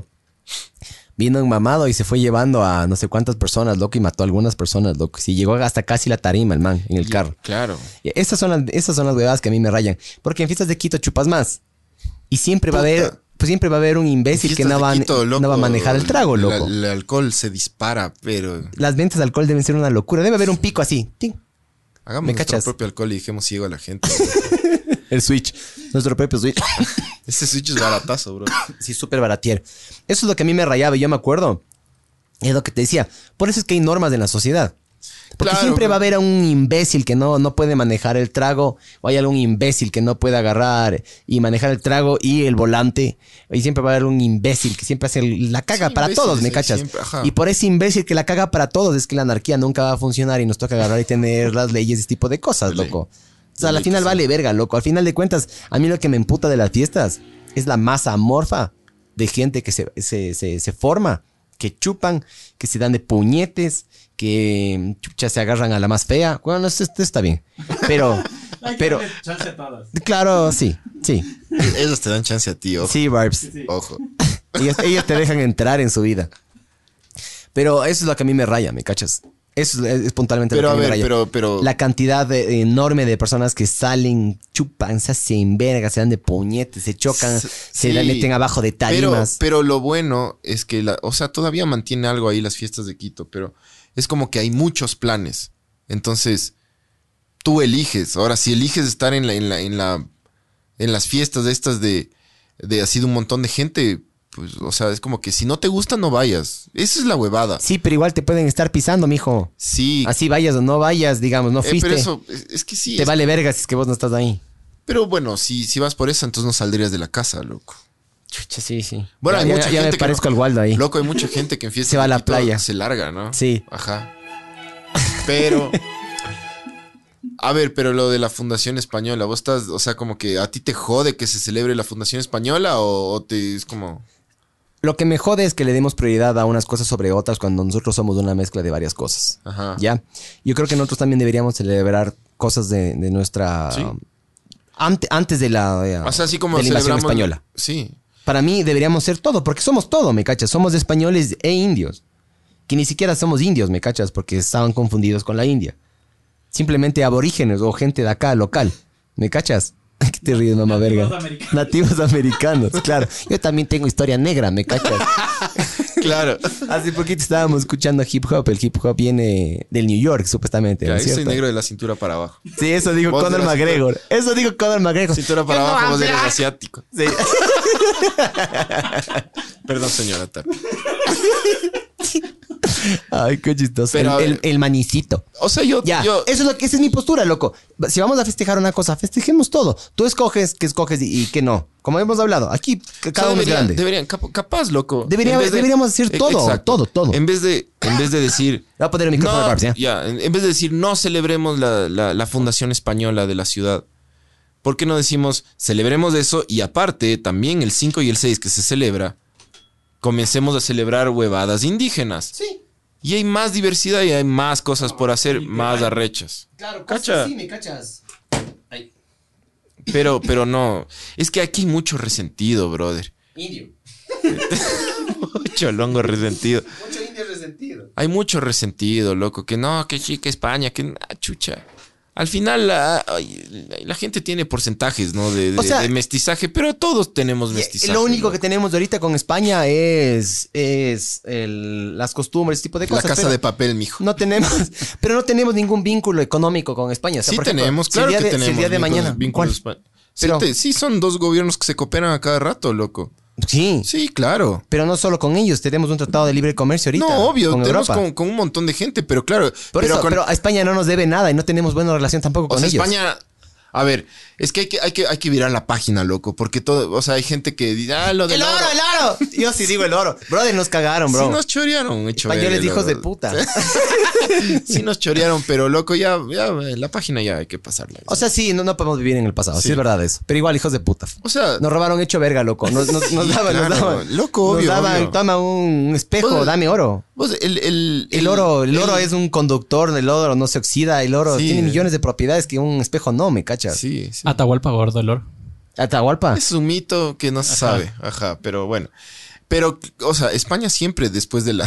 Vino un mamado y se fue llevando a no sé cuántas personas, loco, y mató a algunas personas, loco. Sí, llegó hasta casi la tarima, el man, en el carro. claro. Y esas son las huevadas que a mí me rayan. Porque en fiestas de Quito chupas más. Y siempre va a haber... Puta. Pues siempre va a haber un imbécil que Fiestas no de va, Quito, loco, no va a manejar el trago, loco. El alcohol se dispara, pero Las ventas de alcohol deben ser una locura. Debe haber un pico así. ¡Ting! hagamos ¿Me nuestro cachas? propio alcohol y dejemos ciego a la gente. El Switch. Nuestro propio Switch. Este switch es baratazo, bro. Sí, súper baratier. Eso es lo que a mí me rayaba y yo me acuerdo. Es lo que te decía. Por eso es que hay normas en la sociedad. Porque Claro, siempre bro. va a haber a un imbécil que no puede manejar el trago. O hay algún imbécil que no puede agarrar y manejar el trago y el volante. Y siempre va a haber un imbécil que siempre hace la caga Sí, para todos, ¿me imbéciles, cachas? siempre, ajá. Y por ese imbécil que la caga para todos es que la anarquía nunca va a funcionar y nos toca agarrar y tener las leyes, ese tipo de cosas, De ley. loco. O sea, De al ley final que vale sí. verga, loco. Al final de cuentas, a mí lo que me emputa de las fiestas es la masa amorfa de gente que se forma, que chupan, que se dan de puñetes, que chucha se agarran a la más fea. Bueno, esto está bien. Pero, Hay que pero, darle chance a todas. claro, sí. Esos te dan chance a ti, ojo. Sí, Barbs. Sí. Ojo. Ellos te dejan entrar en su vida. Pero eso es lo que a mí me raya, ¿me cachas? Eso es puntualmente Pero lo a que me ver, raya. pero... La cantidad enorme de personas que salen, chupan, se hacen verga, se dan de puñetes, se chocan, Sí. se la meten abajo de tarimas. Pero lo bueno es que, o sea, todavía mantiene algo ahí las fiestas de Quito, pero es como que hay muchos planes. Entonces, tú eliges. Ahora, si eliges estar en las fiestas de estas de así de un montón de gente, pues, o sea, es como que si no te gusta, no vayas. Esa es la huevada. Sí, pero igual te pueden estar pisando, mijo. Sí. Así vayas o no vayas, digamos, no fuiste. pero eso, es que sí. Te vale verga si es que vos no estás ahí. Pero bueno, si vas por eso, entonces no saldrías de la casa, loco. Chucha, sí. Bueno, ya, hay ya- mucha ya gente me que parezco no- al Waldo ahí. Loco, hay mucha gente que en fiestas Se va a de la Quito playa. se larga, ¿no? Sí. Ajá. Pero... A ver, pero lo de la Fundación Española, vos estás, o sea, como que a ti te jode que se celebre la Fundación Española o te es como... Lo que me jode es que le demos prioridad a unas cosas sobre otras cuando nosotros somos una mezcla de varias cosas. Ajá. ¿Ya? Yo creo que nosotros también deberíamos celebrar cosas de nuestra... Sí. Antes de la, O sea, así como de la invasión celebramos... española. Sí. Para mí deberíamos ser todo, porque somos todo, ¿me cachas? Somos españoles e indios. Que ni siquiera somos indios, ¿me cachas? Porque estaban confundidos con la India. Simplemente aborígenes o gente de acá, local. ¿Me cachas? ¿Qué te ríes, mamá Nativos verga? americanos. Nativos americanos, claro. Yo también tengo historia negra, ¿me cachas? Claro. Hace poquito estábamos escuchando hip hop. El hip hop viene del New York, supuestamente. ¿no Ahí es soy cierto? negro de la cintura para abajo. Sí, eso dijo Vos Conor de la McGregor. Eso dijo Conor McGregor. Cintura para Yo no abajo, vos hablo. eres asiático. Sí. Perdón, señora. Ay, qué chistoso. Pero, el manicito. O sea, yo... Ya, eso es lo que, esa es mi postura, loco. Si vamos a festejar una cosa, festejemos todo. Tú escoges qué escoges y qué no. Como hemos hablado, aquí cada uno es grande. Deberían, capaz, loco. Deberíamos decir todo, exacto. todo. En vez de decir... Voy a poner el micrófono no, de Barbs, ¿ya? ya, en vez de decir no celebremos la fundación española de la ciudad, ¿por qué no decimos celebremos eso y aparte también el 5 y el 6 que se celebra, comencemos a celebrar huevadas indígenas? Sí. Y hay más diversidad y hay más cosas por hacer, más arrechas. Claro, Cacha. sí, me cachas. Ay. Pero no. Es que aquí hay mucho resentido, brother. Indio. Mucho longo resentido. Mucho indio resentido. Hay mucho resentido, loco. Que no, que chica España, que chucha. Al final la gente tiene porcentajes, ¿no? O sea, de mestizaje, pero todos tenemos mestizaje. Lo único ¿no? que tenemos ahorita con España es las costumbres, ese tipo de La cosas. casa pero de papel, mijo. no tenemos, pero no tenemos ningún vínculo económico con España. O sea, Sí por ejemplo, tenemos, si claro el día que de- tenemos. si el día de vínculos- mañana. vínculos ¿Cuál? Sí, Pero- sí, son dos gobiernos que se cooperan a cada rato, loco. Sí, Sí, claro. pero no solo con ellos. Tenemos un tratado de libre comercio ahorita. No, obvio, con tenemos Europa. con un montón de gente, pero claro. Pero a España no nos debe nada y no tenemos buena relación tampoco o con sea, ellos. España. A ver, es que hay que virar la página, loco, porque todo, o sea, hay gente que dice, lo del ¡El oro, el oro! Yo sí digo el oro. Brother, nos cagaron, bro. Sí nos chorearon, hecho Españoles verga, hijos de loco. puta. Sí nos chorearon, pero loco, ya la página ya hay que pasarla. O sea, sí, no podemos vivir en el pasado. Sí. Sí. es verdad eso. Pero igual, hijos de puta. O sea, Nos robaron hecho verga, loco. Nos daban, claro, nos daban. loco, nos obvio, daban, obvio. toma un espejo, Vos- dame oro. vos, El oro es un conductor, el oro no se oxida, el oro Sí. tiene millones de propiedades que un espejo no, ¿me cachas? Sí, sí. Atahualpa gordo, el oro. Atahualpa. Es un mito que no se sabe. Ajá, pero bueno. Pero, o sea, España siempre, después de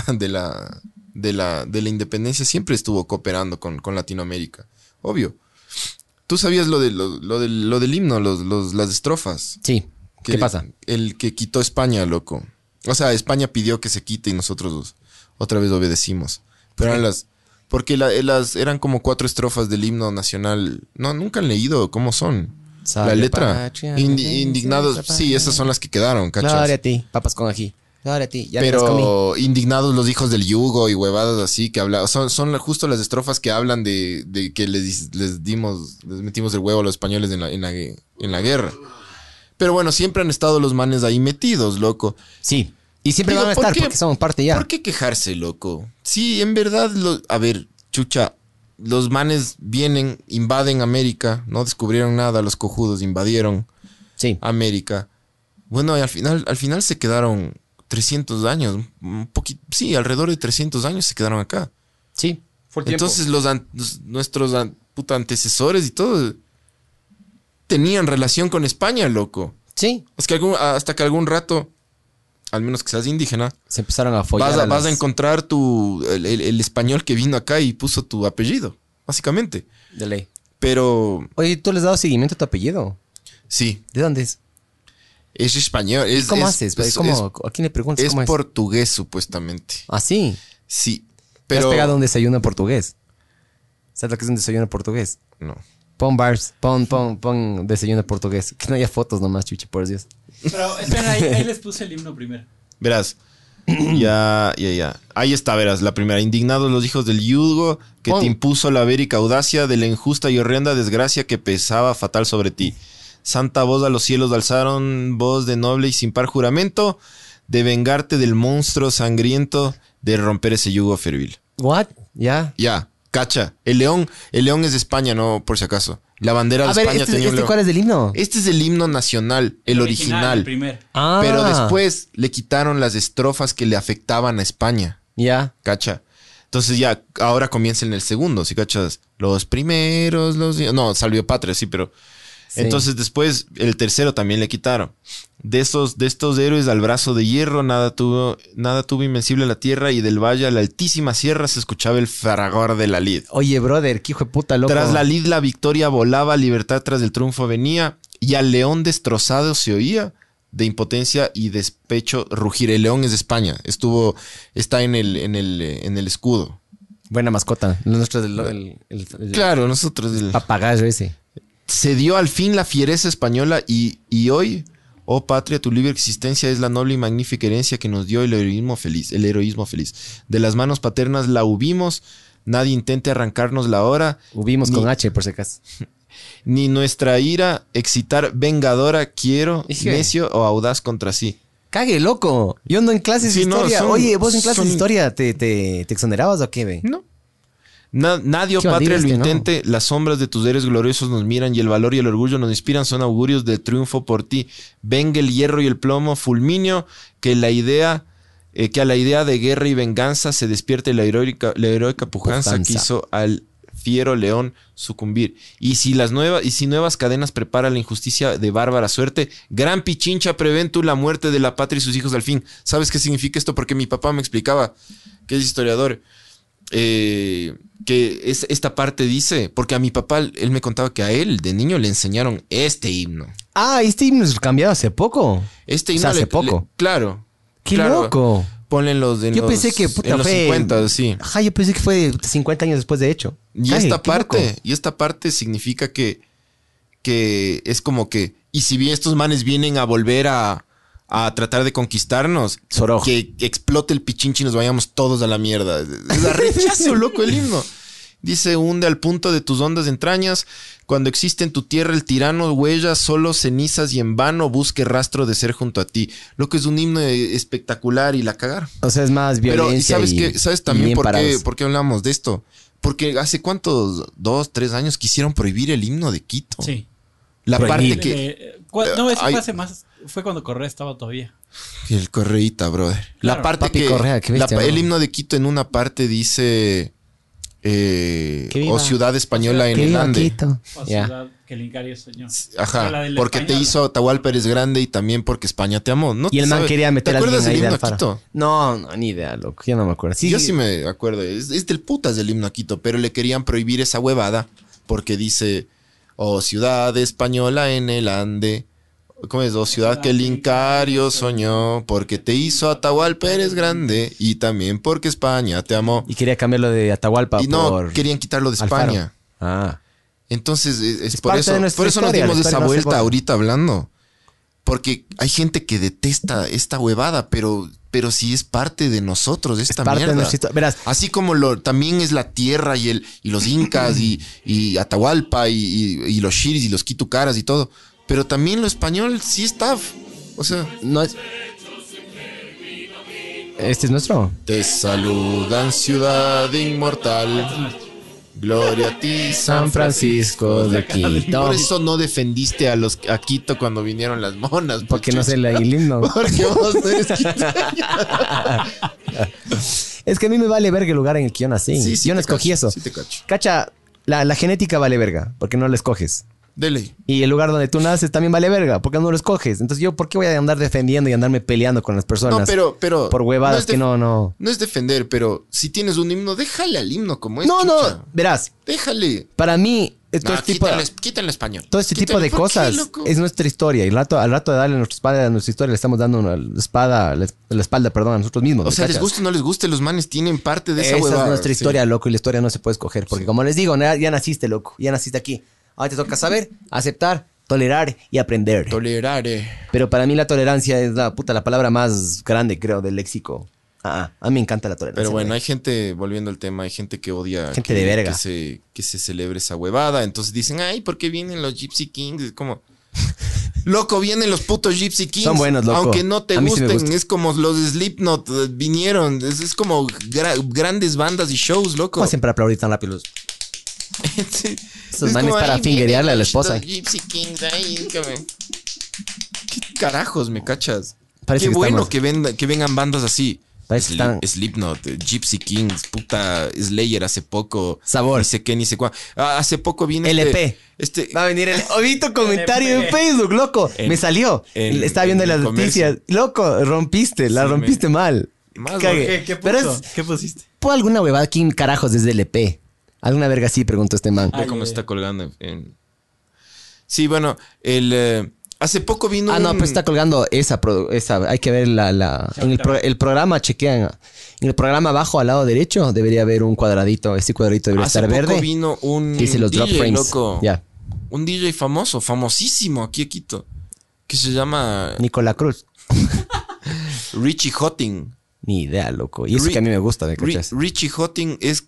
la independencia, siempre estuvo cooperando con Latinoamérica. Obvio. ¿Tú sabías lo del himno, las estrofas? Sí. ¿Qué pasa? El que quitó España, loco. O sea, España pidió que se quite y nosotros otra vez obedecimos. Pero eran porque eran como 4 estrofas del himno nacional. No, nunca han leído cómo son. La Salve letra. patria, Indignados. patria. Sí, esas son las que quedaron, ¿cachas? Gloria a ti, papas con ají. Gloria a ti, ya te las comí. Pero indignados los hijos del yugo y huevadas así que hablan. Son justo las estrofas que hablan de que les metimos el huevo a los españoles en la guerra. Pero bueno, siempre han estado los manes ahí metidos, loco. Sí. Y siempre Digo, van a ¿por estar qué? porque somos parte ya. ¿Por qué quejarse, loco? Sí, en verdad, a ver, chucha, los manes vienen, invaden América, no descubrieron nada, los cojudos invadieron Sí. América. Bueno, y al final se quedaron 300 años, un poquito, sí, alrededor de 300 años se quedaron acá. Sí. Fue el tiempo. Entonces nuestros antecesores y todo tenían relación con España, loco. Sí. Es que hasta que algún rato, al menos que seas indígena, Se empezaron a follar. vas a encontrar el español que vino acá y puso tu apellido, básicamente. De ley. Pero Oye, ¿tú les has dado seguimiento a tu apellido? sí, ¿De dónde es? es español. ¿Cómo haces? ¿A quién le preguntas es cómo es? portugués, supuestamente. Ah, sí. Sí, ¿Te has pero... pegado un desayuno portugués? ¿Sabes lo que es un desayuno portugués? No. Pon bars, pon desayuno portugués. Que no haya fotos nomás, chuchi, por Dios. Pero espera, ahí les puse el himno primero. Verás. Ya. Ahí está, verás. La primera. Indignados los hijos del yugo que Pon. te impuso la bérica audacia de la injusta y horrenda desgracia que pesaba fatal sobre ti. Santa voz a los cielos alzaron, voz de noble y sin par juramento, de vengarte del monstruo sangriento, de romper ese yugo fervil. ¿What? ¿Ya? Ya, cacha. El león es de España, no por si acaso. La bandera de A ver, España tenía un león. ¿cuál es del himno? Este es el himno nacional, el original. El primer. Ah. Pero después le quitaron las estrofas que le afectaban a España. Ya. ¿Cacha? Entonces ya, ahora comienza en el segundo, ¿sí cachas? Los primeros, No, Salvio Patria, sí, pero... Sí. Entonces después el tercero también le quitaron. De estos héroes al brazo de hierro, nada tuvo invencible la tierra y del valle a la altísima sierra se escuchaba el fragor de la lid. Oye, brother, qué hijo de puta loco. Tras la lid la victoria volaba, libertad tras el triunfo venía y al león destrozado se oía de impotencia y despecho rugir. El león es de España. Está en el escudo. Buena mascota. Nosotros Claro, nosotros papagayo ese. Se dio al fin la fiereza española y hoy, oh patria, tu libre existencia es la noble y magnífica herencia que nos dio el heroísmo feliz. De las manos paternas la hubimos, nadie intente arrancarnos la hora. Hubimos con H, por si acaso. Ni nuestra ira excitar vengadora quiero, Dije. necio o audaz contra sí. Cague, loco. Yo ando en clases de Sí, no, historia. son- Oye, vos en clases son- de historia, ¿te exonerabas o qué, ve? No. Nadie, oh Qué patria, lo bandido este, ¿no? intente. Las sombras de tus héroes gloriosos nos miran y el valor y el orgullo nos inspiran. Son augurios de triunfo por ti. Venga el hierro y el plomo, fulminio, que a la idea de guerra y venganza se despierte la heroica pujanza que hizo al fiero león sucumbir. Y si nuevas cadenas prepara la injusticia de bárbara suerte, gran pichincha prevén tú la muerte de la patria y sus hijos al fin. ¿Sabes qué significa esto? Porque mi papá me explicaba, que es historiador, que esta parte dice, porque a mi papá, él me contaba que a él de niño le enseñaron este himno. Ah, este himno es cambiado hace poco. Este O himno sea, hace poco. claro. ¡Qué claro. loco! Ponle en los Yo pensé que puta, en los fue 50, sí. Ajá, yo pensé que fue 50 años después de hecho. Y Cague, esta qué loco. parte significa que es como que, y si bien estos manes vienen a volver a tratar de conquistarnos, Sorojo. que explote el pichinchi y nos vayamos todos a la mierda. Es arrechazo, loco, el himno. Dice, hunde al punto de tus hondas entrañas. Cuando existe en tu tierra el tirano, huellas, solo cenizas y en vano busque rastro de ser junto a ti. Lo que es un himno espectacular y la cagar. O sea, es más Pero, ¿y violencia. ¿sabes y también bien por parados. qué hablamos de esto? Porque hace cuántos, 2, 3 años quisieron prohibir el himno de Quito. Sí. La Prohibir. parte que... No, eso hay- fue hace más. Fue cuando Correa estaba todavía. El correíta, brother. La Claro. parte Papi que... Correa, qué bestia, el ¿no? himno de Quito en una parte dice... viva. o ciudad española en Que el viva Ande. Quito. O Ya. ciudad que el Incario soñó. Ajá, O la del porque te español. hizo Atahualpa eres grande y también porque España te amó. ¿No Y el te man sabe- quería meter ¿Te a acuerdas alguien ahí del de himno a Alfaro. Quito? No, ni idea, loco. Yo no me acuerdo. Yo sí me acuerdo. Es del putas del himno a Quito, pero le querían prohibir esa huevada porque dice, oh ciudad española en el Ande. ¿Cómo es? Oh ciudad que el Incario soñó, porque te hizo Atahualpa eres grande y también porque España te amó. Y quería cambiarlo de Atahualpa Y no, por querían quitarlo de Alfaro. España. Ah. Entonces, es por parte eso. de nuestra Por eso nos historia, dimos la esa historia no se vuelta borra. ahorita hablando. Porque hay gente que detesta esta huevada, pero sí es parte de nosotros, esta parte de mierda. nuestra historia. Verás. Así como también es la tierra y los incas y Atahualpa y los shiris y los quitucaras y todo. Pero también lo español sí está. O sea, No es. ¿Este es nuestro? te saludan ciudad inmortal. Gloria a ti, San Francisco de Quito. Por eso no defendiste a Quito cuando vinieron las monas. Porque no sé el himno. Porque vos no eres quiteño. Es que a mí me vale verga el lugar en el que yo nací. Sí, sí Yo no te escogí cacho, eso. sí te cacho. Cacha, la genética vale verga, porque no la escoges. Dele. Y el lugar donde tú naces también vale verga, porque no lo escoges. Entonces yo, ¿por qué voy a andar defendiendo y andarme peleando con las personas? No, pero. Por huevadas es que no. No es defender, pero si tienes un himno, déjale al himno como es. No, chucha. no, verás, Déjale. para mí, todo No, este tipo, quítale español. todo este tipo Quítale. de ¿Por qué, cosas loco? es nuestra historia. Y al rato de darle nuestra espalda a nuestra historia, le estamos dando la espalda, perdón, a nosotros mismos. O ¿me sea, les cachas? guste o no les guste, los manes tienen parte de esa Esa es huevada. nuestra sí. historia, loco, y la historia no se puede escoger. Porque como les digo, ya naciste, loco, ya naciste aquí. Ahora te toca saber, aceptar, tolerar y aprender. Tolerare. Pero para mí la tolerancia es la palabra más grande, creo, del léxico. A mí me encanta la tolerancia. Pero bueno, güey. hay gente, volviendo al tema, hay gente que odia Gente de verga. que se celebre esa huevada. Entonces dicen, ay, ¿por qué vienen los Gypsy Kings? Es como, loco, vienen los putos Gypsy Kings. Son buenos, loco. Aunque no te A mí sí me gusten, gustan. es como los Slipknot vinieron. Es como grandes bandas y shows, loco. ¿Cómo hacen para aplaudir tan rápido? Sí. Esos Es manes como, para "Ay, fingerearle a la vienen esposa". los Gypsy Kings ahí, ¿Qué carajos me cachas? Parece Qué que bueno estamos- que vengan bandas así. Parece que están- Slipknot, Gypsy Kings, puta Slayer hace poco. Sabor. Ni sé qué, ni sé cuál. Hace poco viene LP. Este, Va a venir el... Oí tu comentario en Facebook, loco. Me salió. Estaba viendo en las el comercio. noticias. Loco, rompiste. La Sí, rompiste mal. Más, Cague. ¿Qué Pero puso? es... ¿Qué pusiste? ¿Por alguna huevada? ¿Quién carajos desde LP? ¿Alguna verga así? Preguntó este man. ve cómo está colgando. Sí, bueno, Hace poco vino no, pues está colgando esa. Hay que ver el programa, chequean. En el programa abajo, al lado derecho, debería haber un cuadradito. Ese cuadradito debería estar verde. Hace poco vino un dice los drop DJ, frames. loco. Ya. Un DJ famosísimo aquí en Quito. Que se llama Nicolás Cruz. Richie Hotting. Ni idea, loco. Y eso que a mí me gusta, ¿me cachas? Richie Hotting es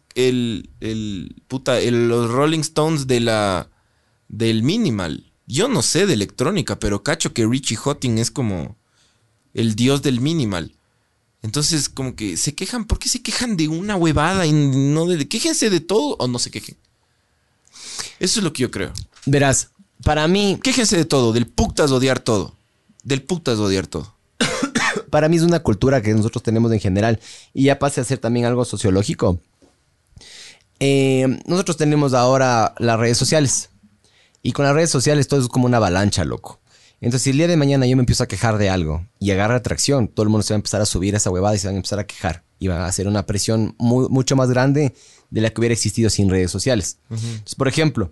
los Rolling Stones del minimal. Yo no sé de electrónica, pero cacho que Richie Hotting es como el dios del minimal. Entonces, como que se quejan. ¿Por qué se quejan de una huevada? Y no quéjense de todo o no se quejen. Eso es lo que yo creo. Verás, para mí... Quéjense de todo. Del putas odiar todo. Del putas odiar todo. Para mí es una cultura que nosotros tenemos en general. Y ya pase a ser también algo sociológico. Nosotros tenemos ahora las redes sociales. Y con las redes sociales todo es como una avalancha, loco. Entonces, si el día de mañana yo me empiezo a quejar de algo y agarra atracción, todo el mundo se va a empezar a subir a esa huevada y se van a empezar a quejar. Y va a hacer una presión mucho más grande de la que hubiera existido sin redes sociales. Entonces, por ejemplo,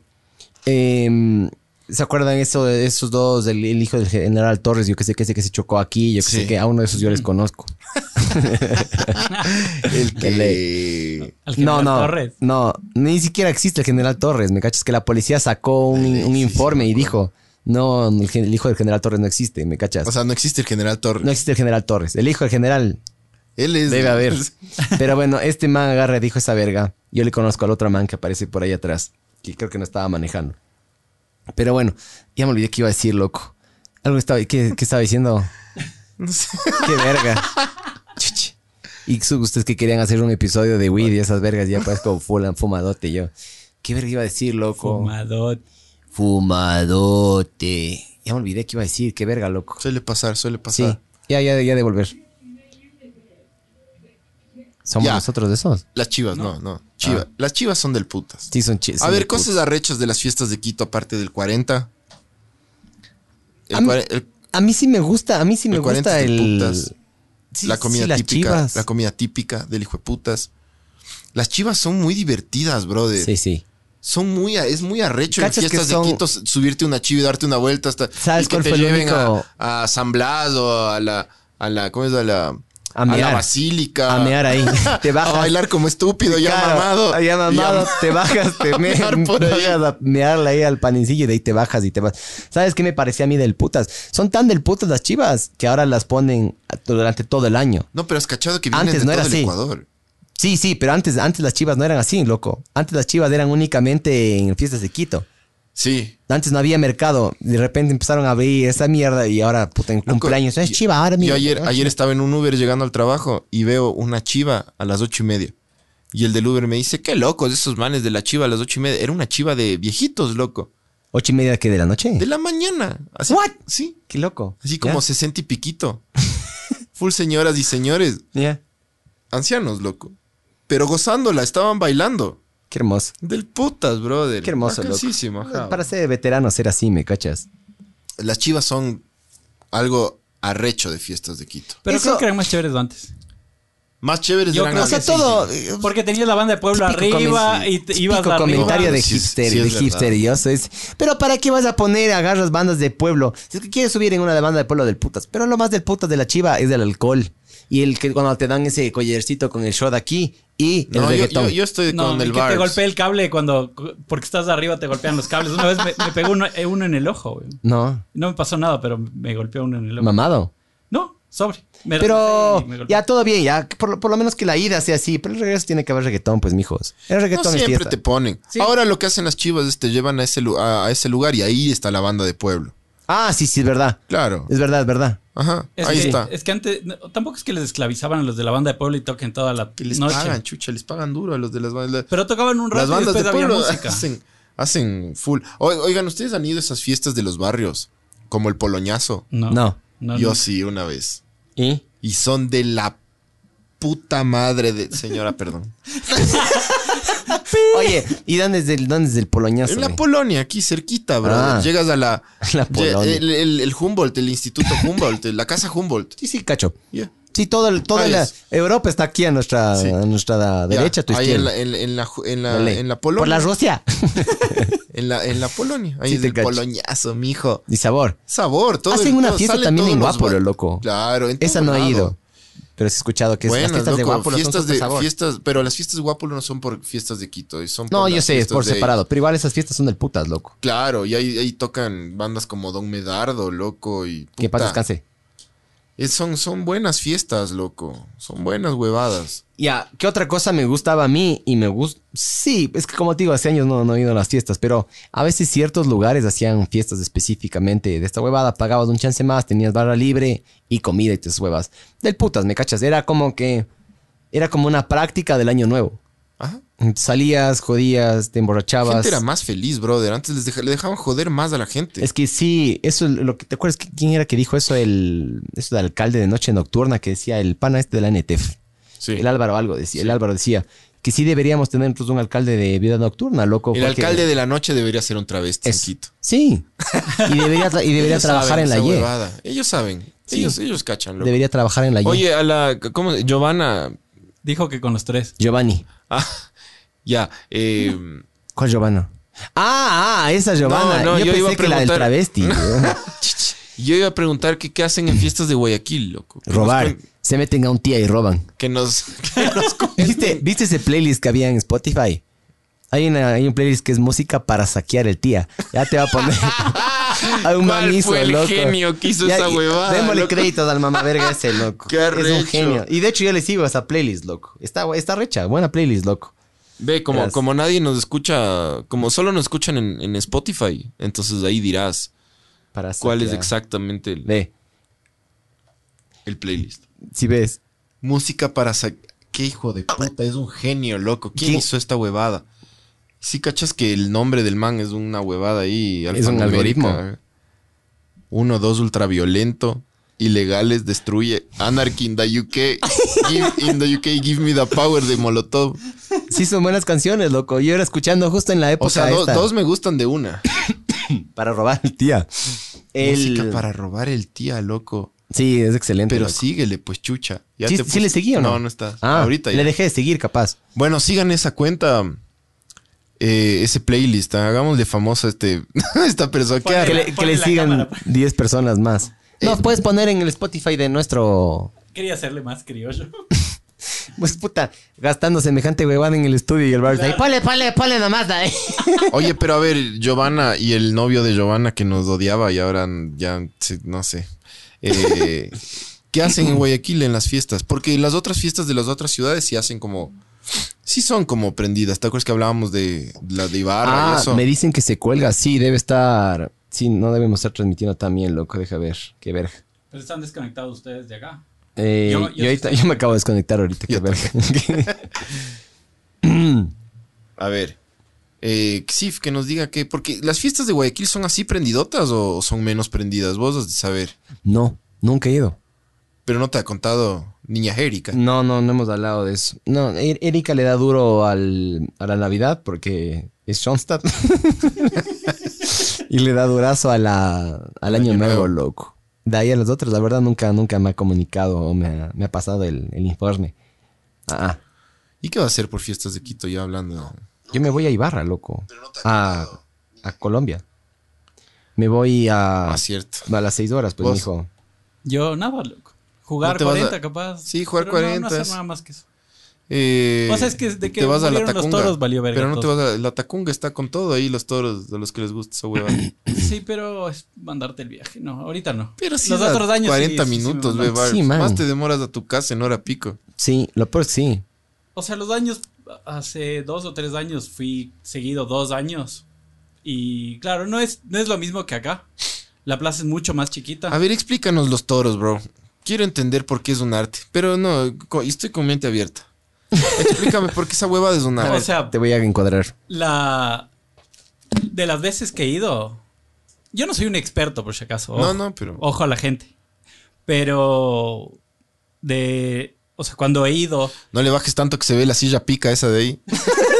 ¿se acuerdan de esos dos? El hijo del general Torres, yo que sé que se chocó aquí, yo que sé que a uno de esos yo les conozco. El que... ¿Al general Torres? No, ni siquiera existe el general Torres. Me cachas que la policía sacó un informe y dijo, no, el hijo del general Torres no existe, me cachas. O sea, no existe el general Torres. No existe el general Torres. El hijo del general él es... debe haber. Pero bueno, este man agarra y dijo esa verga. Yo le conozco al otro man que aparece por ahí atrás, que creo que no estaba manejando. Pero bueno, ya me olvidé qué iba a decir, loco. ¿Qué estaba diciendo? No sé. Qué verga. Chuch. Y ustedes que querían hacer un episodio de weed y esas vergas, ya pues como fumadote yo. ¿Qué verga iba a decir, loco? Fumadote. Ya me olvidé qué iba a decir, qué verga, loco. Suele pasar. Sí, ya de volver. ¿Somos nosotros de esos? Las chivas, no. Chivas. Las chivas son del putas. Sí, son chivas. A ver, cosas arrechas de las fiestas de Quito aparte del 40. A mí sí me gusta, el 40 es del putas. Sí, La comida las típica. chivas. La comida típica del hijo de putas. Las chivas son muy divertidas, brother. Sí. Es muy arrecho en fiestas de Quito subirte una chiva y darte una vuelta hasta ¿sabes que cuál te fue el lleven único? a San Blas o a la ¿cómo es? A la basílica. A mear ahí. Te bajas. A bailar como estúpido, ya mamado. Ya mamado, te bajas, te mear por ahí. A mearla ahí al panincillo y de ahí te bajas y te vas. ¿Sabes qué me parecía a mí del putas? Son tan del putas las chivas que ahora las ponen durante todo el año. No, pero has cachado que vienen antes de no todo era el así. Ecuador. Sí, pero antes las chivas no eran así, loco. Antes las chivas eran únicamente en fiestas de Quito. Sí. Antes no había mercado. De repente empezaron a abrir esa mierda y ahora, puta, en cumpleaños. Es chiva, ahora mira. Yo ayer estaba en un Uber llegando al trabajo y veo una chiva a las 8:30. Y el del Uber me dice, qué locos esos manes de la chiva a las 8:30. Era una chiva de viejitos, loco. ¿8:30 qué? ¿De la noche? De la mañana. Así, ¿What? Sí. Qué loco. Así como 60 y piquito. Full señoras y señores. Yeah. Ancianos, loco. Pero gozándola, estaban bailando. Qué hermoso. Del putas, brother. Qué hermoso, loco. Ajá. Para ser veterano, ser así, ¿me cachas? Las chivas son algo arrecho de fiestas de Quito. Pero Eso- creo que eran más chéveres antes. Más chéveres Yo eran creo O sea, antes. todo... Porque tenías la banda de pueblo Típico arriba y te ibas típico arriba. comentario de Sí, hipster, sí, es de verdad. hipsterioso. Pero ¿para qué vas a poner, agarras bandas de pueblo? Si es que quieres subir en una de banda de pueblo del putas. Pero lo más del putas de la chiva es del alcohol. Y el que cuando te dan ese collarcito con el shot aquí y el No, reggaetón. yo estoy No, con y el que te Barbs. golpee el cable porque estás arriba, te golpean los cables. Una vez me pegó uno en el ojo, güey. No, No me pasó nada, pero me golpeó uno en el ojo. mamado. No, sobre. Pero Me golpeó. ya todo bien, ya. Por lo menos que la ida sea así. Pero el regreso tiene que haber reggaetón, pues, mijos. El No reggaetón es siempre fiesta. te ponen. Sí. Ahora lo que hacen las chivas es te llevan a ese lugar y ahí está la banda de pueblo. Ah, sí, es verdad. Claro. Es verdad. Ajá. Ahí está. Es que antes, tampoco es que les esclavizaban a los de la banda de pueblo y toquen toda la Que les noche. pagan, chucha, les pagan duro a los de las bandas. Pero tocaban un Las rato y bandas de después había pueblo música. hacen full. Oigan, ¿ustedes han ido a esas fiestas de los barrios? Como el Poloñazo. No. Yo sí, una vez. ¿Y? Y son de la puta madre de... Señora, perdón. Oye, ¿y dónde es el poloñazo? En la güey? Polonia, aquí cerquita, bro. Ah. Llegas a la... La Polonia. El Humboldt, el Instituto Humboldt, la Casa Humboldt. Sí, cacho. Yeah. Sí, toda Ahí la es. Europa está aquí a nuestra, Sí. a nuestra derecha, tu ahí izquierda. en Dale. la Polonia. Por la Rusia. En la Polonia. Ahí Sí, es te el cacho. poloñazo, mijo. Y sabor. Sabor, todo. Hacen una todo, fiesta sale también todos en los Guápolo, bar- loco. Claro, en Esa todo no he lado. ido. Pero he escuchado que Buenas, las fiestas de loco, Guápolo son fiestas súper de sabor. fiestas, pero las fiestas de Guápolo no son por fiestas de Quito, son No, por yo las sé, es fiestas por de- separado. Pero igual esas fiestas son del putas, loco. Claro, y ahí tocan bandas como Don Medardo, loco, y Que en paz puta, descanse. son buenas fiestas, loco. Son buenas huevadas. Ya, ¿qué otra cosa me gustaba a mí? Y me gusta... Sí, es que como te digo, hace años no he ido a las fiestas, pero a veces ciertos lugares hacían fiestas específicamente de esta huevada. Pagabas un chance más, tenías barra libre y comida y tus huevas. Del putas, ¿me cachas? Era como una práctica del año nuevo. Ajá. Salías, jodías, te La emborrachabas. gente era más feliz, brother. Antes le dejaban joder más a la gente. Es que sí, eso es lo que... ¿Te acuerdas quién era que dijo eso? Eso del alcalde de Noche Nocturna que decía el pana este de la NTF. Sí. El Álvaro algo decía. El Álvaro decía que sí deberíamos tener nosotros un alcalde de vida nocturna, loco. El porque- alcalde de la noche debería ser un travesti en Eso. Quito. Sí. Y debería Ellos trabajar saben en la esa Y. huevada. Ellos saben. Sí. Ellos cachan, loco. Debería trabajar en la Y. Oye, ¿cómo? Giovanna. Dijo que con los tres. Giovanni. Ah, ya. ¿Cuál Giovanna? Esa Giovanna. No, yo yo iba pensé a que la del preguntar- travesti. weón. Yo iba a preguntar qué hacen en fiestas de Guayaquil, loco. Que Robar. nos cuen- Se meten a un tía y roban. Que nos cuenten. ¿Viste ese playlist que había en Spotify? Hay un playlist que es música para saquear el tía. Ya te va a poner a un ¿Cuál manizo, fue el loco. genio que hizo Ya, esa huevada, Démosle loco? créditos al mamá verga ese, loco. Qué es arrecho. un genio. Y de hecho yo le sigo a esa playlist, loco. Está recha. Buena playlist, loco. Ve, Verás. como nadie nos escucha, como solo nos escuchan en Spotify, entonces ahí dirás Para cuál es saquear. exactamente Ve, el playlist. si ves. Música para qué hijo de puta, es un genio, loco. ¿Quién ¿Quién? hizo esta huevada? Sí, cachas que el nombre del man es una huevada ahí. Es un alfanumérica. algoritmo. 1, 2, ultraviolento. Ilegales, destruye. Anarchy in the UK. In the UK, give me the power de Molotov. Sí son buenas canciones, loco. Yo era escuchando justo en la época O sea, esta. dos me gustan de una. Para robar el tía. Música para robar el tía, loco. Sí, es excelente. Pero loco. síguele, pues, chucha. Ya ¿Sí, te sí le seguí o no? No, no está. Ah, Ahorita ya. le dejé de seguir, capaz. Bueno, sigan esa cuenta. Ese playlist. Hagámosle famoso a esta persona. ¿Qué Ponle hará? la- Que ponle le la sigan cámara, pues. 10 personas más. No, puedes poner en el Spotify de nuestro... Quería hacerle más criollo. Pues puta, gastando semejante huevada en el estudio y el bar está ahí. Ponle nomás de ahí. Oye, pero a ver, Giovanna y el novio de Giovanna que nos odiaba y ahora ya, no sé. ¿Qué hacen en Guayaquil en las fiestas? Porque las otras fiestas de las otras ciudades sí hacen como... Sí son como prendidas. ¿Te acuerdas que hablábamos de la de Ibarra y eso? Me dicen que se cuelga. Sí, debe estar... Sí, no debemos estar transmitiendo también, loco. Deja ver. Qué verga. Pero están desconectados ustedes de acá. Yo me acabo de desconectar ahorita. Qué Yo verga. A ver. Xif, que nos diga que... Porque las fiestas de Guayaquil son así prendidotas o son menos prendidas. Vos has de saber. No, nunca he ido. Pero no te ha contado Niña Erika. No hemos hablado de eso. No, Erika le da duro a la Navidad porque es Schoenstatt. Y le da durazo al año nuevo, loco. De ahí a los otros, la verdad, nunca me ha comunicado o me ha pasado el informe. ¿Y qué va a hacer por fiestas de Quito ya hablando? Yo me voy a Ibarra, loco. A Colombia. Me voy a cierto. las 6 horas, pues, ¿Vos? mijo. Yo nada, loco. Jugar ¿No te vas 40 a- capaz. Sí, jugar Pero 40 No hacer es- nada más que eso. O O sea, es que de que murieron los toros valió verga Pero no te todo. vas a... La Tacunga está con todo ahí, los toros de los que les gusta esa hueva. Sí, pero es mandarte el viaje. No, ahorita no. Pero sí, los da otros años 40 sí, minutos, me ve, mandan. Barbs. Sí, man. Más te demoras a tu casa en hora pico. Sí, lo peor es que sí. O sea, los años, hace 2 o 3 años fui seguido 2 años. Y claro, no es lo mismo que acá. La plaza es mucho más chiquita. A ver, explícanos los toros, bro. Quiero entender por qué es un arte. Pero no, estoy con mente abierta. Explícame por qué esa hueva es un arte. O sea, Te voy a encuadrar. de las veces que he ido, yo no soy un experto por si acaso. No, Ojo, no, pero... ojo a la gente. Pero o sea, cuando he ido, No le bajes tanto que se ve la silla pica esa de ahí.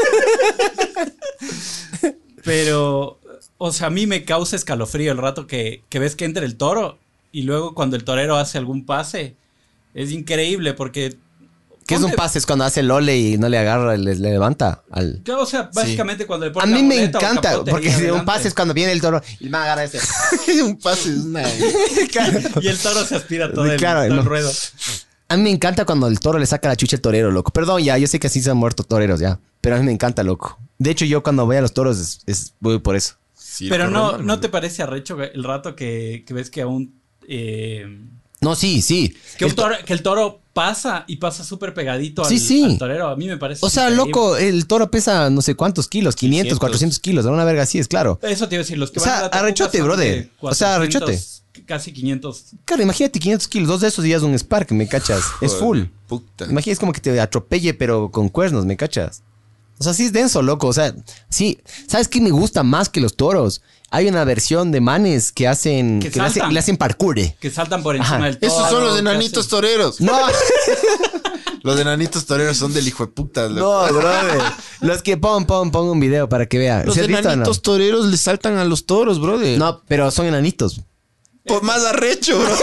pero, o sea, a mí me causa escalofrío el rato que ves que entra el toro y luego cuando el torero hace algún pase, es increíble porque ¿Qué es un pase? Es cuando hace el ole y no le agarra, le levanta al... Claro, o sea, básicamente cuando le A ponen mí la me muleta o encanta, capote porque ahí un adelante. pase es cuando viene el toro y el man agarra ese. Un pase es una... Y el toro se aspira todo, Claro, todo el no. ruedo. A mí me encanta cuando el toro le saca la chucha al torero, loco. Perdón, ya, yo sé que así se han muerto toreros, ya. Pero a mí me encanta, loco. De hecho, yo cuando voy a los toros voy por eso. Pero no te parece arrecho el rato que ves que aún... No, sí. que el toro pasa y pasa súper pegadito Sí. al torero. A mí me parece O sea, increíble. loco, el toro pesa no sé cuántos kilos, 500, 600. 400 kilos, una verga así, es claro. Eso te iba a decir, los que O sea, van a la Tepuca arrechote, son brother. de O sea, 400, arrechote. Casi 500. Claro, imagínate 500 kilos, 2 de esos días un Spark, ¿me cachas? Es full. Puta. Imagínate, es como que te atropelle, pero con cuernos, ¿me cachas? O sea, sí es denso, loco. O sea, sí. ¿Sabes qué me gusta más que los toros? Hay una versión de manes que hacen... Que le saltan. hacen parkour. Que saltan por encima Ajá. del toro. Esos son los que enanitos hacen- toreros. No, Los enanitos toreros son del hijo de puta. no, loco. brother. Los que pon un video para que vea. Los ¿Sí has visto o no? enanitos toreros le saltan a los toros, brother. No, pero son enanitos. Pues más arrecho, bro.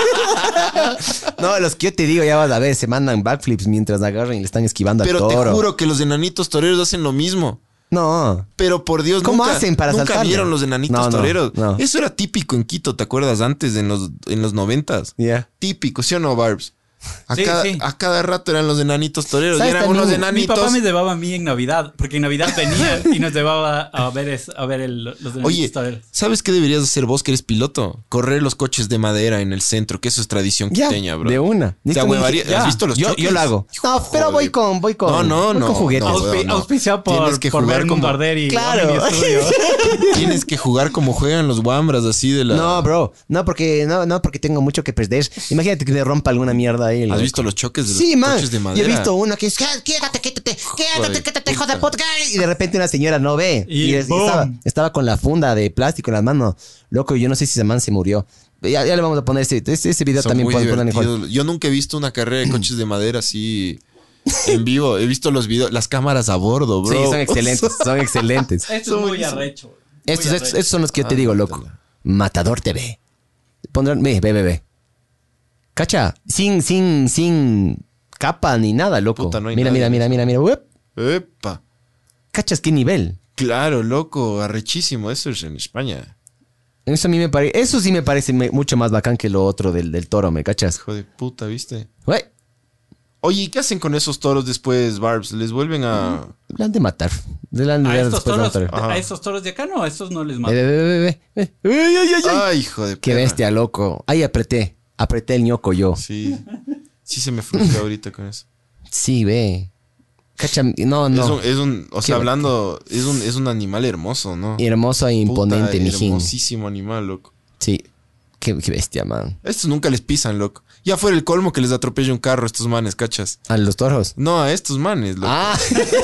No, los que yo te digo, ya vas a ver, se mandan backflips mientras agarran y le están esquivando Pero al te toro. juro que los enanitos toreros hacen lo mismo. No. Pero por Dios, ¿Cómo nunca, hacen para nunca saltarle? vieron los enanitos No, no, toreros. no. Eso era típico en Quito, ¿te acuerdas? Antes, en los 90s. Ya. Típico, ¿sí o no, Barbs? A, Sí, cada, sí. a cada rato eran los enanitos toreros. Y ¿Sabes eran también? unos Mi enanitos. papá me llevaba a mí en Navidad, porque en Navidad venía y nos llevaba a ver los enanitos Oye, toreros. ¿sabes qué deberías hacer vos que eres piloto? Correr los coches de madera en el centro, que eso es tradición Ya, quiteña, bro. de una. Te Necesito ahuevaría- ya. ¿Has visto los yo, choques? yo lo hago. No, pero voy con No, no, voy no, con juguetes. no, weón, no. Auspiciado Tienes que por jugar ver Mundo como- Arder y Claro. Omni Studio. Tienes que jugar como juegan los Wambras, así de la... No, bro. No, porque tengo mucho que perder. Imagínate que me rompa alguna mierda ahí. ¿Has loco. visto los choques de los Sí, man. coches de Yo madera? he visto uno que es, quédate, hijo de puta. Y de repente una señora no ve. Y Y boom. estaba con la funda de plástico en las manos. Loco, yo no sé si ese man se murió. Ya le vamos a poner ese video Son también. muy Pueden poner divertidos. Yo nunca he visto una carrera de coches de madera así en vivo. He visto los videos, las cámaras a bordo, bro. Sí, son excelentes, son excelentes. Esto es Son muy buenísimos. arrecho. muy Estos arrecho. son los que yo te digo, loco. mátala. Matador TV. Pondrán, ve. Cacha, sin capa ni nada, loco. Puta, no hay mira. Uep. Epa. Cachas, qué nivel. Claro, loco, arrechísimo. Eso es en España. Eso a mí me parece, eso sí me parece mucho más bacán que lo otro del toro, ¿me cachas? Hijo de puta, ¿viste? Güey, Oye, ¿y qué hacen con esos toros después, Barbs? ¿Les vuelven a...? la han de matar. La han de A ver estos después de toros, matar. Ajá. a estos toros de acá no, a estos no les matan. Ve. Ay. Ay, hijo de Qué perra. bestia, loco. Ahí apreté el ñoco yo. Sí. Sí se me frustró ahorita con eso. Sí, ve. Cacha, no. O sea, hablando, es un animal hermoso, ¿no? Hermoso e imponente, Puta, mijín. hermosísimo animal, loco. Sí. Qué bestia, man. Estos nunca les pisan, loco. Ya fuera el colmo que les atropelle un carro a estos manes, ¿cachas? ¿A los toros? No, a estos manes, loco. Ah,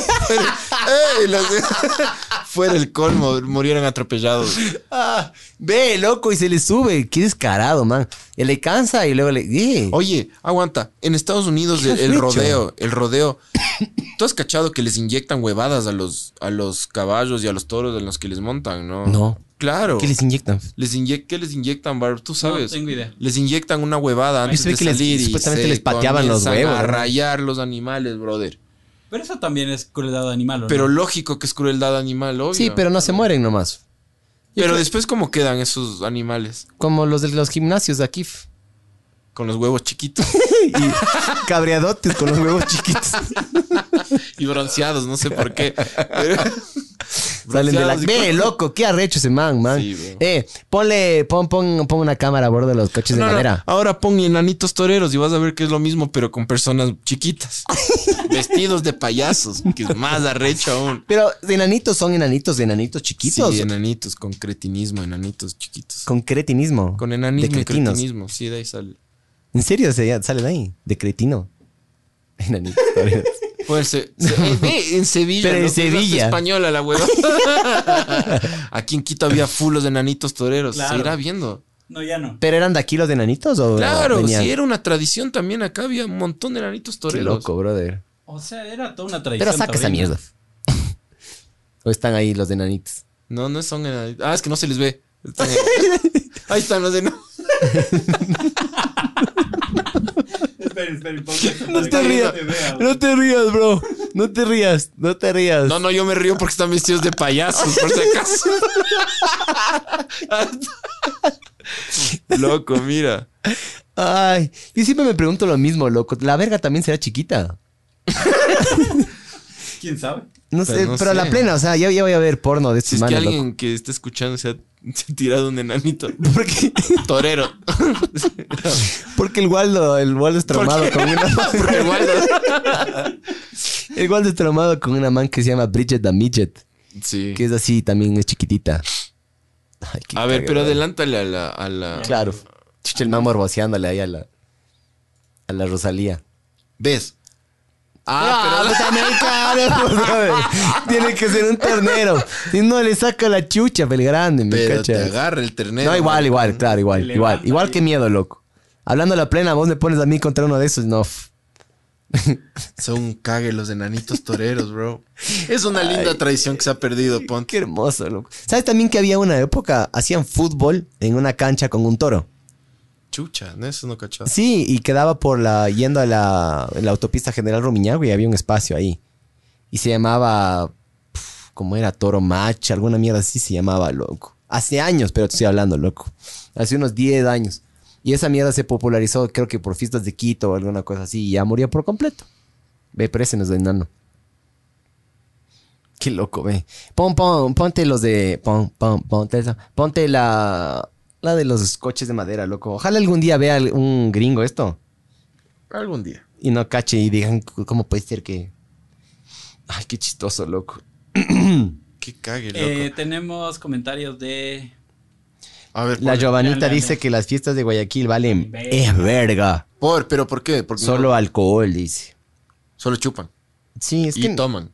¡Ey! Fuera el colmo, murieron atropellados. ve, loco, y se le sube. Qué descarado, man. Y le cansa y luego le... Oye, aguanta. En Estados Unidos ¿Qué has el hecho? rodeo. ¿Tú has cachado que les inyectan huevadas a los caballos y a los toros en los que les montan, no? No. Claro. ¿Qué les inyectan? ¿Qué les inyectan, Barb? Tú No sabes. tengo idea. Les inyectan una huevada antes sé de que les- salir y supuestamente se les pateaban los comienzan huevos, a ¿no? rayar los animales, brother. Pero eso también es crueldad animal, ¿o no? Pero lógico que es crueldad animal, obvio. Sí, pero no se mueren nomás. Pero después, ¿cómo quedan esos animales? Como los de los gimnasios de aquí. Con los huevos chiquitos Y cabreadotes con los huevos chiquitos. y bronceados, no sé por qué. Salen de la... Bronceados y Ve, con- loco, qué arrecho ese man. Sí, bro. Pon una cámara a bordo de los coches de No, no, madera. ahora pon enanitos toreros y vas a ver que es lo mismo, pero con personas chiquitas. Vestidos de payasos, que es más arrecho aún. Pero de enanitos son enanitos chiquitos. Sí, enanitos, con cretinismo, enanitos chiquitos. Con cretinismo. Con enanismo De y cretinos. cretinismo. Sí, de ahí sale. ¿En serio sale de ahí? De cretino. Enanitos toreros. Pues en Sevilla. Pero en ¿no? Es Sevilla. española la hueva. Aquí en Quito había full de enanitos toreros. Claro. Se irá viendo. No, ya no. ¿Pero eran de aquí los de enanitos o Claro, venían? sí, era una tradición también. Acá había un montón de enanitos Qué toreros. loco, brother. O sea, era toda una tradición. Pero saca esa taurina. mierda. ¿O están ahí los de enanitos? No son enanitos. Ah, es que no se les ve. Ahí están los enanitos. Esperen. No te rías. No te rías, bro. No te rías. No te rías. No, yo me río porque están vestidos de payasos, por si acaso. Loco, mira. Ay, yo siempre me pregunto lo mismo, loco. ¿La verga también será chiquita? ¿Quién sabe? No sé, no pero a sé. la plena, o sea, ya voy a ver porno de Si estos es que manes, alguien loco. que está escuchando se ha tirado un enanito. ¿Por qué? Torero. Porque el Waldo es traumado con una Porque Waldo. El Waldo es traumado con una man que se llama Bridget the Midget, Sí. que es así, también es chiquitita. Ay, qué A ver, cague, pero bro. adelántale a la... Claro. Chucha, el man morboseándole ahí a la Rosalía. ¿Ves? Ah, Pero también, claro, tiene que ser un ternero. Si no le saca la chucha, el grande, me pero te cachas. agarra el ternero. No, igual, claro, Le igual. levanta Igual y- que miedo, loco. Hablando a la plena, vos me pones a mí contra uno de esos, no. Son un cague los enanitos toreros, bro. Es una linda tradición que se ha perdido, ponte. Qué hermoso, loco. ¿Sabes también que había una época, hacían fútbol en una cancha con un toro? Chucha, ¿no? Eso no cachaba. Sí, y quedaba yendo a en la autopista General Rumiñahui y había un espacio ahí. Y se llamaba, ¿cómo era? Toro Match, alguna mierda así se llamaba, loco. Hace años, pero te estoy hablando, loco. Hace unos 10 años. Y esa mierda se popularizó, creo que por fiestas de Quito o alguna cosa así, y ya murió por completo. Ve, pero ese no es de enano. Qué loco, ve. Ponte los de... Ponte esa. Ponte la de los coches de madera, loco. Ojalá algún día vea un gringo esto Algún día. y no cache y digan, ¿cómo puede ser que...? Ay, qué chistoso, loco. Qué cague, loco. Tenemos comentarios de... A ver, La ponle. Giovanita Dale. dice que las fiestas de Guayaquil valen... Verga. Es verga. ¿Pero por qué? Porque Solo no- alcohol, dice. solo chupan. Sí, es Y que... toman.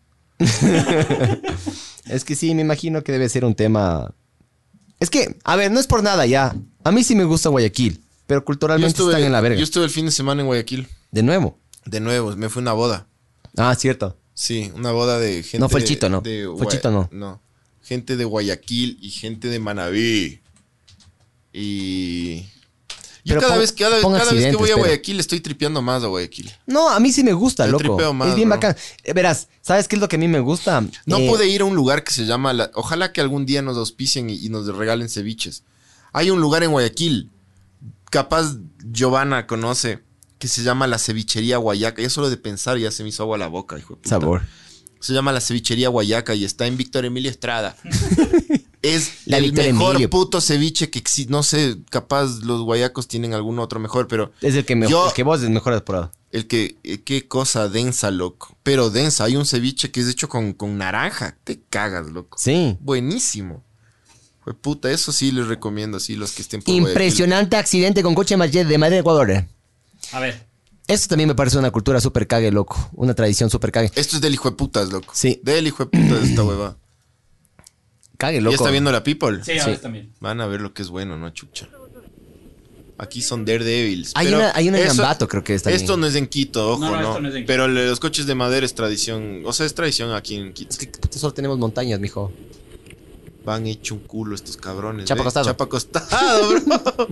Es que sí, me imagino que debe ser un tema... Es que, a ver, no es por nada ya. A mí sí me gusta Guayaquil, pero culturalmente están en la verga. Yo estuve el fin de semana en Guayaquil. De nuevo. De nuevo, me fue a una boda. Ah, cierto. Sí, una boda de gente... No fue el Chito, ¿no? de Fue Chito, no. No. Gente de Guayaquil y gente de Manabí. Y... Yo Pero cada pon- vez que pon voy a accidentes, pero- Guayaquil estoy tripeando más a Guayaquil. No, a mí sí me gusta, Yo loco. tripeo más, Es bien bro. bacán. Verás, ¿sabes qué es lo que a mí me gusta? No pude ir a un lugar que se llama... Ojalá que algún día nos auspicien y nos regalen ceviches. Hay un lugar en Guayaquil, capaz Giovanna conoce, que se llama la Cevichería Guayaca. Ya solo de pensar ya se me hizo agua la boca, hijo de puta. Sabor. Se llama la Cevichería Guayaca y está en Víctor Emilio Estrada. Es La el Víctor mejor Emilio. puto ceviche que existe. No sé, capaz los guayacos tienen algún otro mejor, pero Es el que, Yo- el que vos es mejor explorado. el que... qué cosa densa, loco. Pero densa. Hay un ceviche que es hecho con naranja. Te cagas, loco. Sí. Buenísimo. Fue puta, eso sí les recomiendo, así los que estén por Guayaquil. Impresionante accidente con coche de madera de Ecuador. A ver, Eso también me parece una cultura súper cague, loco. Una tradición súper cague. Esto es del hijo de putas, loco. Sí. Del hijo de putas de esta hueva. Cague, ¿Ya loco. está viendo la people? sí, ahora también. Van a ver lo que es bueno, ¿no, chucha? Aquí son Daredevils. Hay pero una en eso- Ambato, creo que es también. Esto no es en Quito, ojo, No, ¿no? esto no es en Quito. Pero los coches de madera es tradición. O sea, es tradición aquí en Quito. Es que puta, solo tenemos montañas, mijo. Van hecho un culo estos cabrones. Chapa ¿ve? acostado. Chapa acostado, bro.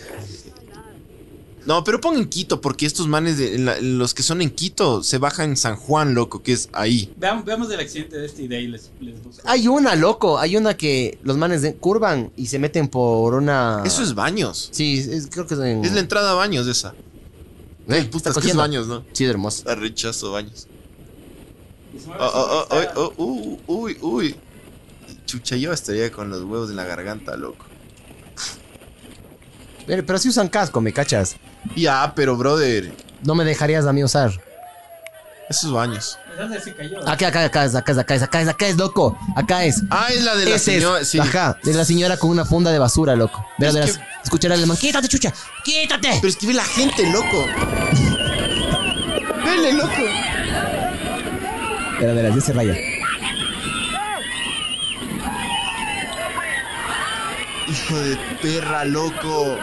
No, pero pon en Quito, porque estos manes, los que son en Quito, se bajan en San Juan, loco, que es ahí. Veamos el accidente de este y de ahí les busco. Hay una, loco. Hay una que los manes curvan y se meten por una... Eso es Baños. Sí, creo que es en... Es la entrada a Baños esa. Está Puta, es que es cogiendo. Baños, ¿no? Sí, es hermoso. Está rechazo Baños. Y se mueve así, está- Uy. Chucha, yo estaría con los huevos en la garganta, loco. Pero si usan casco, ¿me cachas? Ya, pero brother, No me dejarías a mí usar. esos Baños. ¿De dónde se cayó? Acá es, loco. Acá es. Ah, es la de la Ese señora. es. Sí. Ajá, de la señora con una funda de basura, loco. Es Verás. que- Escuchará el man. ¡Quítate, chucha! ¡Quítate! Pero es que ve la gente, loco. Vele, loco. Verás, ya se raya. Hijo de perra, loco.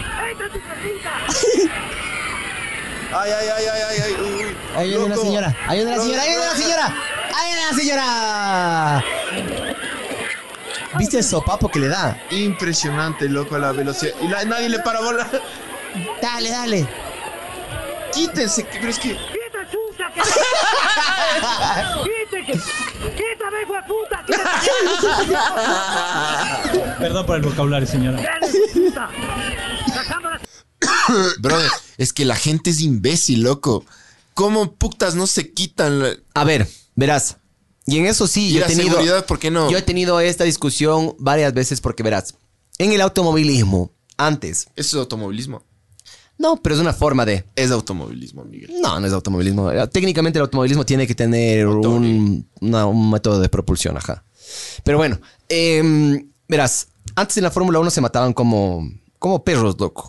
Ay. Uy. Ahí viene una Loco. señora. Ahí viene la señora. Ahí viene la señora. Ahí viene la señora. ¿Viste el sopapo que le da? Impresionante, loco, la velocidad. Y nadie le para bola. Dale. quítense, pero es que... ¡Quita, chucha! ¡Quítese! ¡Quítame, hijo de puta! ¡Quítame! Perdón por el vocabulario, señora. ¡Puta! ¡Sacando la... Brother, es que la gente es imbécil, loco. ¿Cómo putas no se quitan? A ver, verás. Y en eso sí, ¿Y la seguridad por qué no? Yo he tenido esta discusión varias veces porque verás, en el automovilismo, antes... Eso es automovilismo. No, pero es una forma de... Es automovilismo, Miguel. No, no es automovilismo. Técnicamente el automovilismo tiene que tener un método de propulsión, ajá. Pero bueno, verás, antes en la Fórmula 1 se mataban como perros, loco.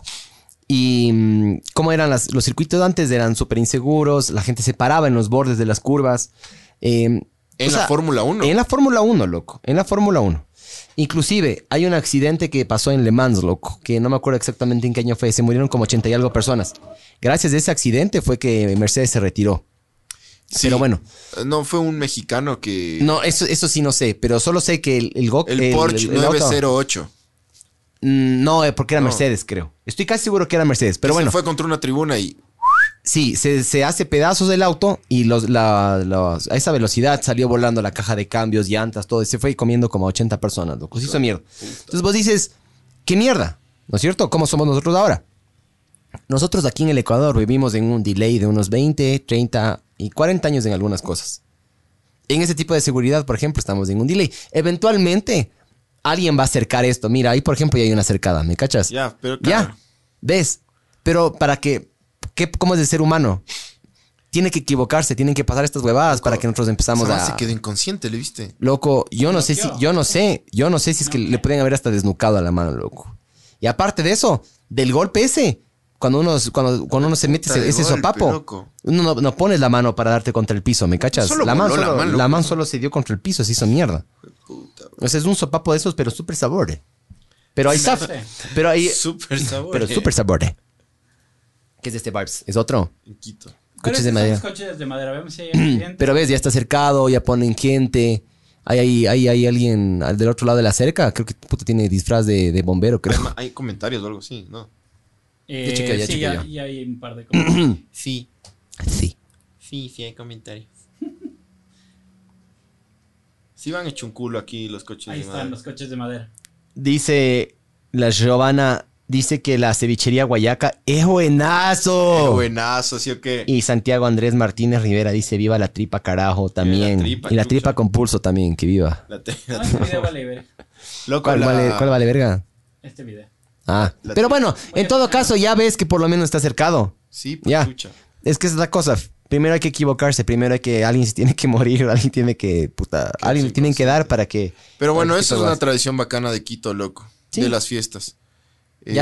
Y cómo eran los circuitos antes, eran súper inseguros, la gente se paraba en los bordes de las curvas. ¿En la Fórmula 1? En la Fórmula 1, loco. En la Fórmula 1. Inclusive, hay un accidente que pasó en Le Mans, loco, que no me acuerdo exactamente en qué año fue. Se murieron como 80 y algo personas. Gracias a ese accidente fue que Mercedes se retiró. Sí. Pero bueno. No, fue un mexicano que... No, eso sí no sé, pero solo sé que el Porsche el auto- 908. No, porque era No. Mercedes, creo. Estoy casi seguro que era Mercedes, pero bueno. Se fue contra una tribuna y... Sí, se hace pedazos del auto y a esa velocidad salió volando la caja de cambios, llantas, todo. Y se fue comiendo como a 80 personas, loco. Se hizo mierda. Entonces vos dices, ¿qué mierda? ¿No es cierto? ¿Cómo somos nosotros ahora? Nosotros aquí en el Ecuador vivimos en un delay de unos 20, 30 y 40 años en algunas cosas. En ese tipo de seguridad, por ejemplo, estamos en un delay. Eventualmente, alguien va a acercar esto. Mira, ahí, por ejemplo, ya hay una cercada. ¿Me cachas? Ya, pero claro. Ya, ¿ves? Pero para que... ¿Cómo es el ser humano? Tiene que equivocarse, tienen que pasar estas huevadas para que nosotros empezamos Esa man a... se quedó inconsciente, ¿le viste? Loco, yo no sé si es que le pueden haber hasta desnucado a la mano, loco. Y aparte de eso, del golpe ese, cuando uno se mete Puta de ese golpe, sopapo, loco. uno no pones la mano para darte contra el piso, ¿me cachas? Solo La mano voló la mano, la loco. mano solo se dio contra el piso, se hizo mierda. Puta, bro. O sea, es un sopapo de esos, pero súper sabor. Pero ahí está. Pero ahí... Súper sabor. Pero súper sabor. ¿Qué es este Barbs? ¿Es otro? En Quito. Coches de Pero madera. estos son coches de madera. Vemos si hay accidente. Pero ves, ya está cercado, ya ponen gente. Hay alguien del otro lado de la cerca. Creo que puta tiene disfraz de bombero, creo. Hay comentarios o algo así, ¿no? Ya chequeo, ya Sí, chequeo yo. ya hay un par de cosas. Sí. Sí. Sí, hay comentarios. Sí van hecho un culo aquí los coches Ahí de están madera. los coches de madera. Dice la Giovanna, dice que la cevichería Guayaca es buenazo. Qué buenazo, ¿sí o qué? Y Santiago Andrés Martínez Rivera dice, viva la tripa, carajo, también. tripa, y la chucha. tripa con pulso también, que viva. No, este video vale ver. Loco, ¿Cuál vale verga? Este video. Ah, La pero tripa. bueno, en todo caso ya ves que por lo menos está cercado. Sí, pues Ya. chucha. Es que esa es la cosa. Primero hay que equivocarse, primero hay que alguien se tiene que morir, alguien tiene que alguien le tienen que dar para que Pero bueno, para que eso es todo una haga. tradición bacana de Quito, loco. Sí. De las fiestas. Ya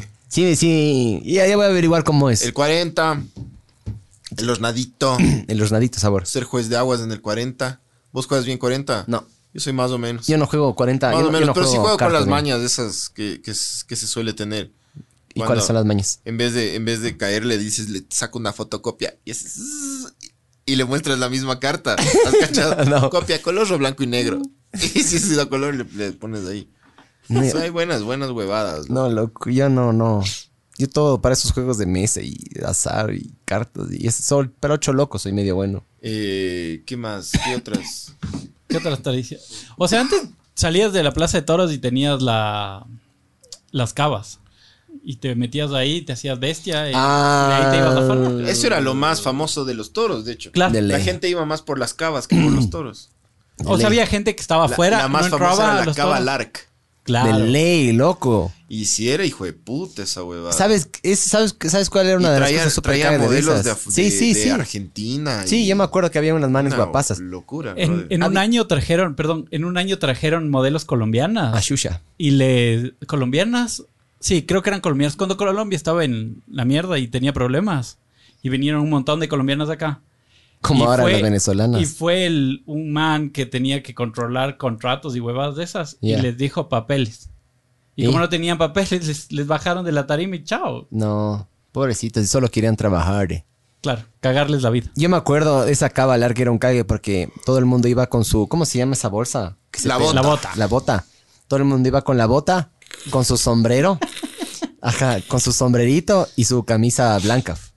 sí, ya voy a averiguar cómo es. El 40. El hornadito. En los naditos, sabor. Ser juez de aguas en el 40. ¿Vos juegas bien 40? No. Yo soy más o menos. Yo no juego 40. Más yo o no- yo menos, no pero sí juego con cartas las bien. mañas esas que se suele tener. ¿Y cuáles son las mañas? En vez de caer, le dices, le saco una fotocopia y haces zzzz, y le muestras la misma carta. ¿Has cachado? No. Copia, color o blanco y negro. Y si es de color, le pones ahí. No. O sea, hay buenas huevadas. ¿no? No, loco, yo no. Yo todo para esos juegos de mesa y azar y cartas y eso. Para 8 locos soy medio bueno. ¿Qué más? ¿Qué otras? ¿Qué otras tradiciones? O sea, antes salías de la Plaza de Toros y tenías las cavas. Y te metías ahí, te hacías bestia y de ahí te ibas a farra. Eso era lo más famoso de los toros, de hecho. Claro. De La ley. gente iba más por las cavas que por los toros. O sea, había gente que estaba afuera, La más no famosa entraba era a la los cava toros. Lark. Claro. De ley, loco. Y si era hijo de puta esa huevada. ¿Sabes cuál era una Y de las traía, cosas súper traía cagas de modelos esas? de Sí. Argentina. Sí, y yo me acuerdo que había unas manes una guapasas. locura, En brother. un año trajeron modelos colombianas. A Xuxa. Colombianas, sí, creo que eran colombianas. Cuando Colombia estaba en la mierda y tenía problemas. Y vinieron un montón de colombianas acá. Como Y ahora fue- las venezolanas. Y fue un man que tenía que controlar contratos y huevadas de esas. Ya. Y les dijo papeles. Y ¿Y? como no tenían papeles, les bajaron de la tarima y chao. No, pobrecitos, y solo querían trabajar. Claro, cagarles la vida. Yo me acuerdo de esa cava larga, era un cague porque todo el mundo iba con su... ¿Cómo se llama esa bolsa? Que se La pega. bota. La bota. La bota. Todo el mundo iba con la bota, con su sombrero. Ajá, con su sombrerito y su camisa blanca.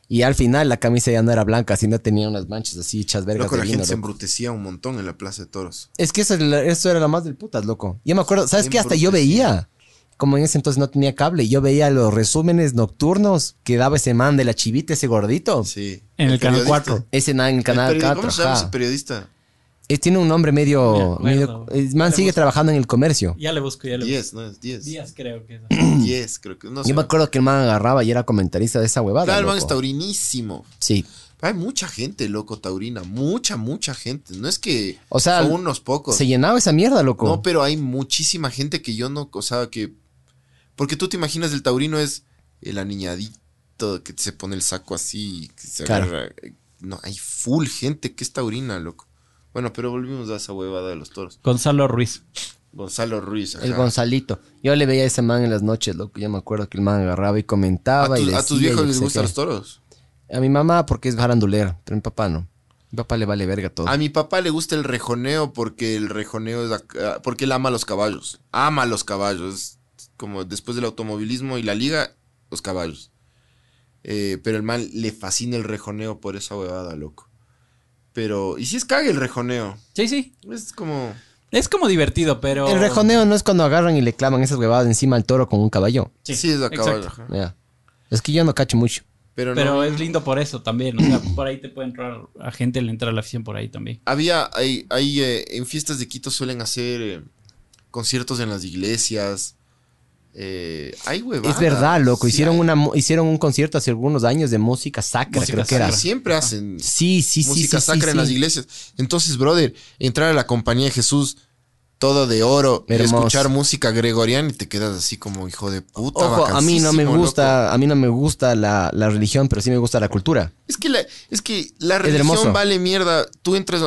Y al final la camisa ya no era blanca, sino tenía unas manchas así hechas vergas Loco, de la vino, gente se loco. embrutecía un montón en la Plaza de Toros. Es que eso era lo más del putas, loco. Yo me acuerdo, ¿sabes qué? Hasta yo Embrutecido. veía, como en ese entonces no tenía cable, yo veía los resúmenes nocturnos que daba ese man de la chivita, ese gordito. Sí. En el Canal periodista. 4. Ese man en el canal 4. ¿Cómo se llama ese ajá. periodista? Tiene un nombre No medio... me acuerdo. el man Ya le sigue busco. trabajando en el comercio. Ya le busco. 10, ¿no? Es 10. Días creo que es. 10, creo que. No sé. Yo me acuerdo que el man agarraba y era comentarista de esa huevada, Claro, el man loco. es taurinísimo. Sí. Hay mucha gente, loco, taurina. Mucha gente. No es que O sea, son unos pocos. Se llenaba esa mierda, loco. No, pero hay muchísima gente que yo no, o sea, que... Porque tú te imaginas el taurino es el aniñadito que se pone el saco así, que se Claro. agarra. No, hay full gente que es taurina, loco. Bueno, pero volvimos a esa huevada de los toros. Gonzalo Ruiz. Gonzalo Ruiz. El ajá. Gonzalito. Yo le veía a ese man en las noches, loco. Yo me acuerdo que el man agarraba y comentaba y ¿A decía tus y viejos yo les qué sé gustan qué. los toros? A mi mamá porque es farandulera, pero a mi papá no. Mi papá le vale verga todo. A mi papá le gusta el rejoneo porque el rejoneo es... porque él ama los caballos. Ama los caballos. Es como después del automovilismo y la liga, los caballos. Pero el man le fascina el rejoneo por esa huevada, loco. Pero... ¿Y si es cague el rejoneo? Sí, sí. Es como... Es como divertido, pero. El rejoneo no es cuando agarran y le clavan esas huevadas encima al toro con un caballo. Sí, es a caballo. exacto. ajá. Ya. Es que yo no cacho mucho. Pero, Pero no, es lindo por eso también. O sea, por ahí te puede entrar. A gente le entra la afición por ahí también. en fiestas de Quito suelen hacer conciertos en las iglesias. Hay huevadas. Es verdad, loco. Sí, Hicieron hay. hicieron un concierto hace algunos años de música sacra, Música creo que era. sacra. Siempre hacen Sí. música sacra en las iglesias. Entonces, brother, entrar a la compañía de Jesús todo de oro y Hermoso. escuchar música gregoriana y te quedas así como hijo de puta. Ojo, a mí no me vacancísimo, gusta, loco. a mí no me gusta la religión, pero sí me gusta la cultura. Es que la Es hermoso. religión vale mierda. Tú entras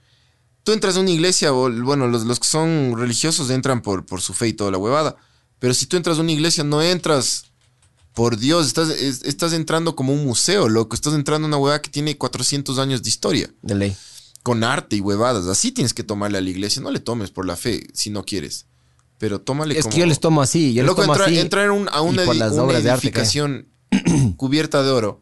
a una iglesia, o bueno, los que son religiosos entran por su fe y toda la huevada. Pero si tú entras a una iglesia, no entras por Dios, estás entrando como un museo, loco. Estás entrando a una huevada que tiene 400 años de historia, De ley. con arte y huevadas. Así tienes que tomarle a la iglesia. No le tomes por la fe si no quieres. Pero tómale Es como... que yo les tomo así, yo les Loco, tomo así. entrar a una, y por las una obras de arte que hay. edificación cubierta de oro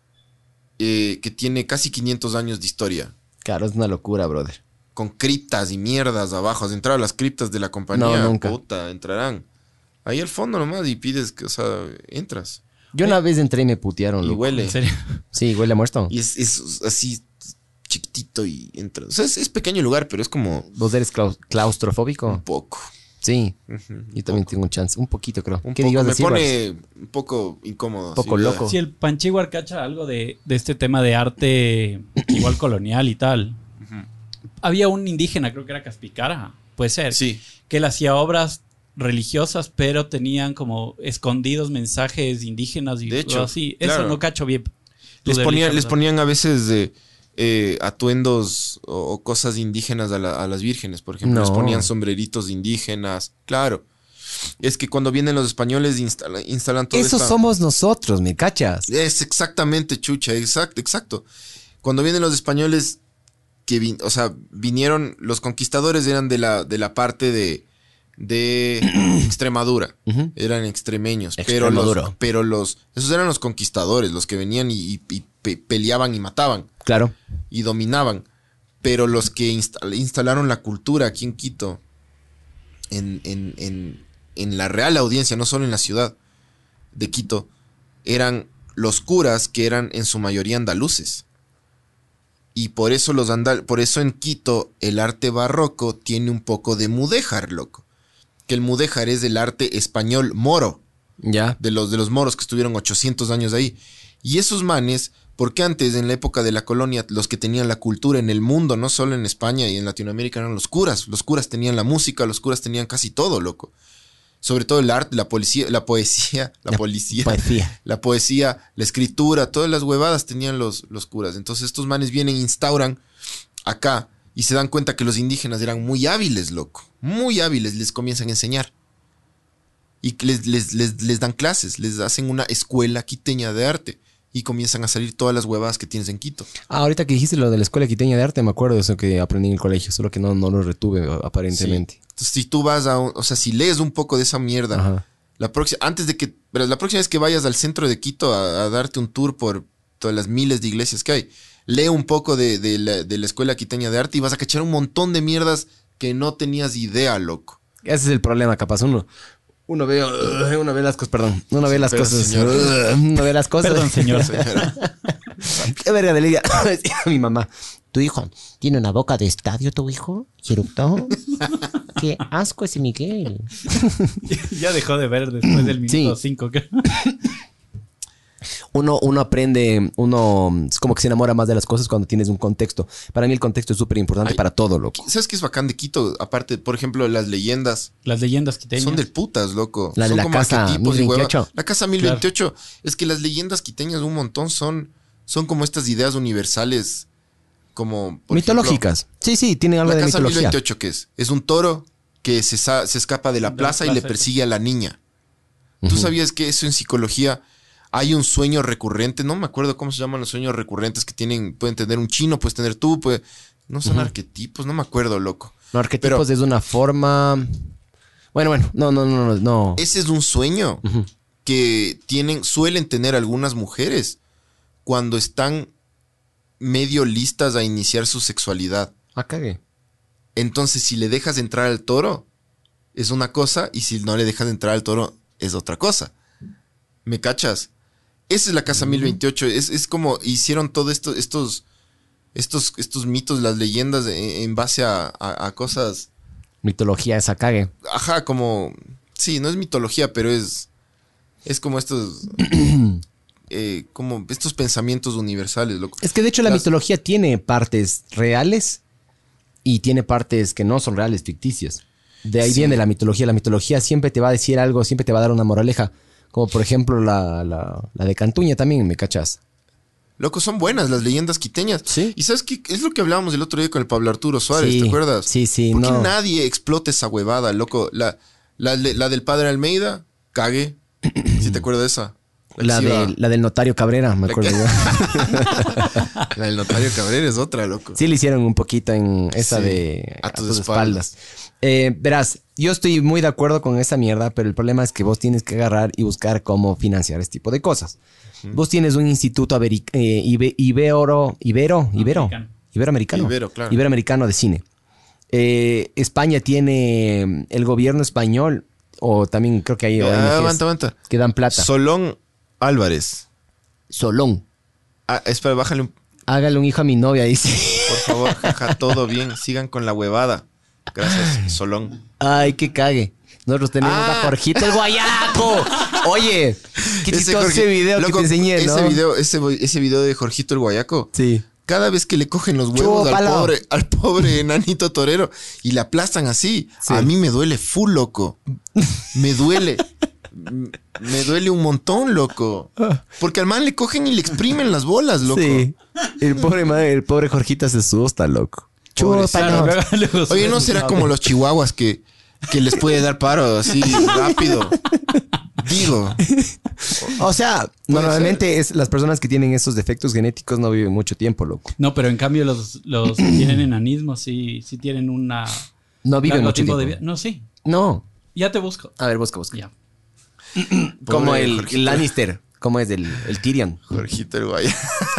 que tiene casi 500 años de historia. Claro, es una locura, brother. Con criptas y mierdas abajo. ¿Has entrado a las criptas de la compañía? No, nunca. Puta, entrarán. Ahí al fondo nomás y pides que, o sea, entras. Yo una vez entré y me putearon, Y loco. huele. ¿En serio? Sí, huele a muerto. Y es así chiquitito y entras. O sea, es pequeño el lugar, pero es como ¿Vos eres claustrofóbico? un poco. Sí. Ujú, Yo también tengo un chance. Un poquito, creo. Un ¿Qué poco. ibas a Me decir, pone un poco incómodo. Un poco así, loco. Si el Panchiguar cacha algo de este tema de arte igual colonial y tal. Había un indígena, creo que era Caspicara, puede ser. Sí. Que él hacía obras religiosas, pero tenían como escondidos mensajes indígenas y De hecho, todo así. claro. Eso no cacho bien. Tú Les deberías ponían a veces atuendos o cosas indígenas a las vírgenes, por ejemplo. No. Les ponían sombreritos indígenas. Claro. Es que cuando vienen los españoles instalan todo Eso esta- somos nosotros, ¿me cachas? Es exactamente, chucha, exacto. Cuando vienen los españoles, o sea, vinieron, los conquistadores eran de la parte de Extremadura. Ujú. Eran extremeños. Extremoduro. Esos eran los conquistadores, los que venían y peleaban y mataban Claro. y dominaban. Pero los que instalaron la cultura aquí en Quito, en la real audiencia, no solo en la ciudad de Quito, eran los curas que eran en su mayoría andaluces. Y por eso por eso en Quito el arte barroco tiene un poco de mudéjar, loco. Que el mudéjar es del arte español moro, Ya. de los moros que estuvieron 800 años ahí. Y esos manes, porque antes en la época de la colonia los que tenían la cultura en el mundo, no solo en España y en Latinoamérica, eran los curas. Los curas tenían la música, los curas tenían casi todo, loco. Sobre todo el arte, la poesía, la Poesía. la escritura, todas las huevadas tenían los curas. Entonces estos manes vienen e instauran acá y se dan cuenta que los indígenas eran muy hábiles, loco. Muy hábiles, les comienzan a enseñar. Y les dan clases, les hacen una escuela quiteña de arte. Y comienzan a salir todas las huevadas que tienes en Quito. Ah, ahorita que dijiste lo de la Escuela Quiteña de Arte, me acuerdo de eso que aprendí en el colegio, solo que no lo retuve aparentemente. Sí. Entonces, si tú vas o sea, si lees un poco de esa mierda, Ajá. la próxima vez que vayas al centro de Quito a darte un tour por todas las miles de iglesias que hay. Lee un poco de la Escuela Quiteña de Arte y vas a cachar un montón de mierdas que no tenías idea, loco. Ese es el problema, capaz. Uno ve las cosas, perdón. Uno ve las cosas. Uno ve las cosas. Perdón, señor. Qué verga de lidia. Mi mamá. ¿Tu hijo tiene una boca de estadio, tu hijo? ¿Y eructó? Qué asco ese Miguel. Ya dejó de ver después del minuto 5. Uno aprende, es como que se enamora más de las cosas cuando tienes un contexto. Para mí el contexto es súper importante para todo, loco. ¿Sabes qué es bacán de Quito? Aparte, por ejemplo, las leyendas. Las leyendas quiteñas. Son del putas, loco. La de son la como casa arquetipos y 1028. La casa 1028. Claro. Es que las leyendas quiteñas un montón son como estas ideas universales, como... mitológicas. Ejemplo, sí, tienen algo de mitología. La casa 1028, ¿qué es? Es un toro que se escapa de la plaza y le persigue a la niña. ¿Tú sabías que eso en psicología... Hay un sueño recurrente, no me acuerdo cómo se llaman los sueños recurrentes que pueden tener un chino, puedes tener tú, no son arquetipos, no me acuerdo, loco. No, arquetipos es una forma... Bueno, no. Ese es un sueño que suelen tener algunas mujeres cuando están medio listas a iniciar su sexualidad. Cagué. Entonces, si le dejas entrar al toro, es una cosa, y si no le dejas entrar al toro, es otra cosa. ¿Me cachas? Esa es la casa 1028. Es como hicieron todos estos mitos, las leyendas en base a cosas. Mitología esa cague. Ajá, como... Sí, no es mitología, pero es como estos... como estos pensamientos universales, loco. Es que de hecho la mitología tiene partes reales y tiene partes que no son reales, ficticias. De ahí viene la mitología. La mitología siempre te va a decir algo, siempre te va a dar una moraleja. Como por ejemplo la de Cantuña también, ¿me cachas? Loco, son buenas las leyendas quiteñas. Sí. ¿Y sabes qué? Es lo que hablábamos el otro día con el Pablo Arturo Suárez, ¿te acuerdas? Sí, ¿Por qué nadie explota esa huevada, loco? La del padre Almeida, cague. ¿Sí te acuerdas de esa? La del notario Cabrera, me acuerdo yo. La del notario Cabrera es otra, loco. Sí, le hicieron un poquito en esa de A tus espaldas. Verás, yo estoy muy de acuerdo con esa mierda, pero el problema es que vos tienes que agarrar y buscar cómo financiar este tipo de cosas. Vos tienes un instituto iberoamericano de cine. España tiene el gobierno español, o también creo que hay aguanta. que dan plata. Solón Álvarez. Solón. Espera, bájale un... Hágale un hijo a mi novia, dice. Por favor, jaja, todo bien. Sigan con la huevada. Gracias, Solón. Ay, qué cague. Nosotros tenemos a Jorgito el Guayaco. Oye, qué chistoso ese video loco, que te enseñé, ¿no? Ese video de Jorgito el Guayaco. Sí. Cada vez que le cogen los huevos al pobre enanito torero y le aplastan así, a mí me duele full, loco. Me duele. Me duele un montón, loco. Porque al man le cogen y le exprimen las bolas, loco. Sí. El pobre Jorgito se asusta, loco. Oye, ¿no será como los chihuahuas que les puede dar paro así rápido? Digo. O sea, normalmente las personas que tienen esos defectos genéticos no viven mucho tiempo, loco. No, pero en cambio los que tienen enanismo sí tienen una... No viven mucho tiempo. No, sí. No. Ya te busco. A ver, busca. Ya. Como el Lannister. ¿Cómo es el Tyrion? Jorgito el Guaya.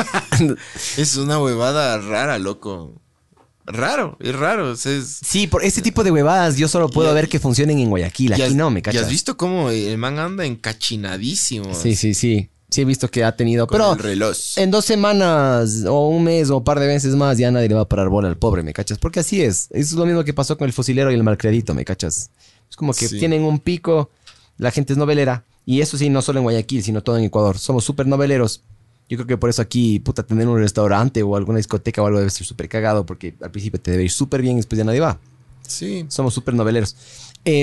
Es una huevada rara, loco. Es raro. Sí, por ese tipo de huevadas yo solo puedo ver que funcionen en Guayaquil. Aquí no, me cachas. ¿Y has visto cómo el man anda encachinadísimo? Sí. Sí, he visto que ha tenido... Pero el reloj. En 2 semanas o un mes o un par de meses más ya nadie le va a parar bola al pobre, ¿me cachas? Porque así es. Es lo mismo que pasó con el fusilero y el malcredito, ¿me cachas? Es como que tienen un pico, la gente es novelera. Y eso sí, no solo en Guayaquil, sino todo en Ecuador. Somos súper noveleros. Yo creo que por eso aquí, tener un restaurante o alguna discoteca o algo debe ser súper cagado, porque al principio te debe ir súper bien y después ya nadie va. Sí. Somos súper noveleros. ¿Qué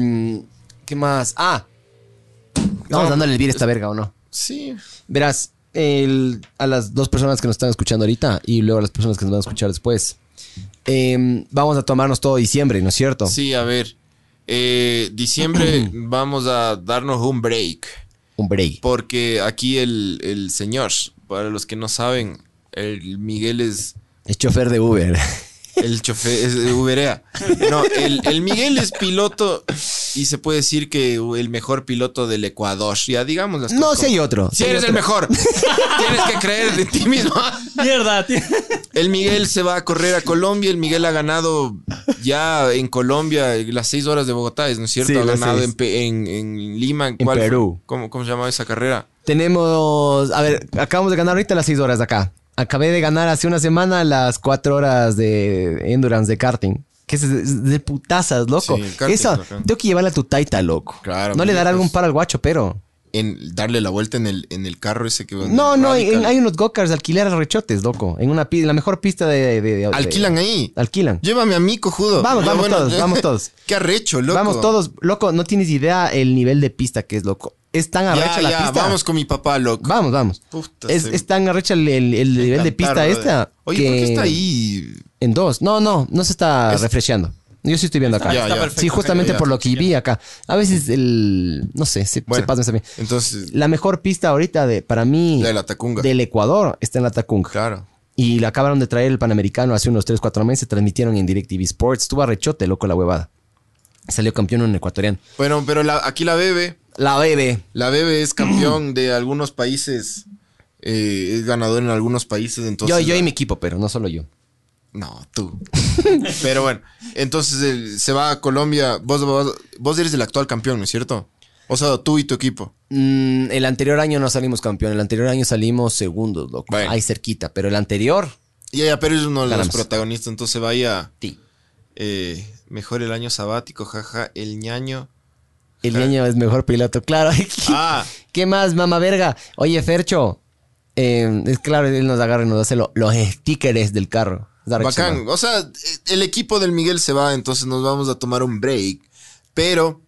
más? Vamos dándole el bien a esta verga, ¿o no? Sí. Verás, a las 2 personas que nos están escuchando ahorita y luego a las personas que nos van a escuchar después, vamos a tomarnos todo diciembre, ¿no es cierto? Sí, a ver. Diciembre vamos a darnos un break. Un break. Porque aquí el señor, para los que no saben, el Miguel es chofer de Uber. El chofer es Uberea. No, el Miguel es piloto y se puede decir que el mejor piloto del Ecuador. Ya digamos las cosas. No, si hay otro. Si eres el mejor. Tienes que creer de ti mismo. Mierda, tío. El Miguel se va a correr a Colombia. El Miguel ha ganado ya en Colombia las 6 horas de Bogotá, ¿no es cierto? Sí, ha las ganado 6. en Lima. En Perú. ¿Cómo se llama esa carrera? Tenemos, a ver, acabamos de ganar ahorita las 6 horas de acá. Acabé de ganar hace una semana las 4 horas de endurance de karting. Que es de putazas, loco. Sí, karting, Eso, bacán. tengo que llevarla a tu taita, loco. Claro, no le dará pues. algún paro al guacho, pero... En darle la vuelta en el carro ese que... No, Radical. hay unos go-karts alquilar a rechotes, loco. En la mejor pista de Alquilan ahí. Alquilan. Llévame a mí, cojudo. Vamos, Ya, vamos bueno, todos, vamos todos. Qué arrecho, loco. Vamos todos, loco, no tienes idea el nivel de pista que es, loco. Es tan arrecha la pista. Vamos con mi papá, loco. Vamos. Puta, Es tan arrecha el nivel de pista Encantar, esta. brother. Oye, ¿por qué está ahí? En 2. No se está Es- refresheando. Yo sí estoy viendo acá. Ya, ya. perfecto. Sí, justamente ya, por lo que vi acá. A veces no sé, se Bueno, pasa también. entonces, La mejor pista ahorita para mí la de la Tacunga. del Ecuador está en la Tacunga. Claro. Y la acabaron de traer el Panamericano hace unos 3-4 meses. Transmitieron en DirecTV Sports. Estuvo arrechote, loco, la huevada. Salió campeón un ecuatoriano. Bueno, pero aquí la Bebe. La bebe. La Bebe es campeón de algunos países. Es ganador en algunos países. Entonces, Yo y mi equipo, pero no solo yo. No, tú. Pero bueno, entonces se va a Colombia. Vos eres el actual campeón, ¿no es cierto? O sea, tú y tu equipo. El anterior año no salimos campeón. El anterior año salimos segundos, loco. Bueno. Ahí cerquita. Pero el anterior... Ya, pero es uno de los Ganamos. protagonistas. Entonces vaya. Sí. Mejor el año sabático, jaja. El ñaño. El niño es mejor piloto, claro. Ah. ¿Qué más, mamá verga? Oye, Fercho. Es claro, él nos agarra y nos hace los stickers del carro. Es arrecho, Bacán. ¿no? O sea, el equipo del Miguel se va, entonces nos vamos a tomar un break. Pero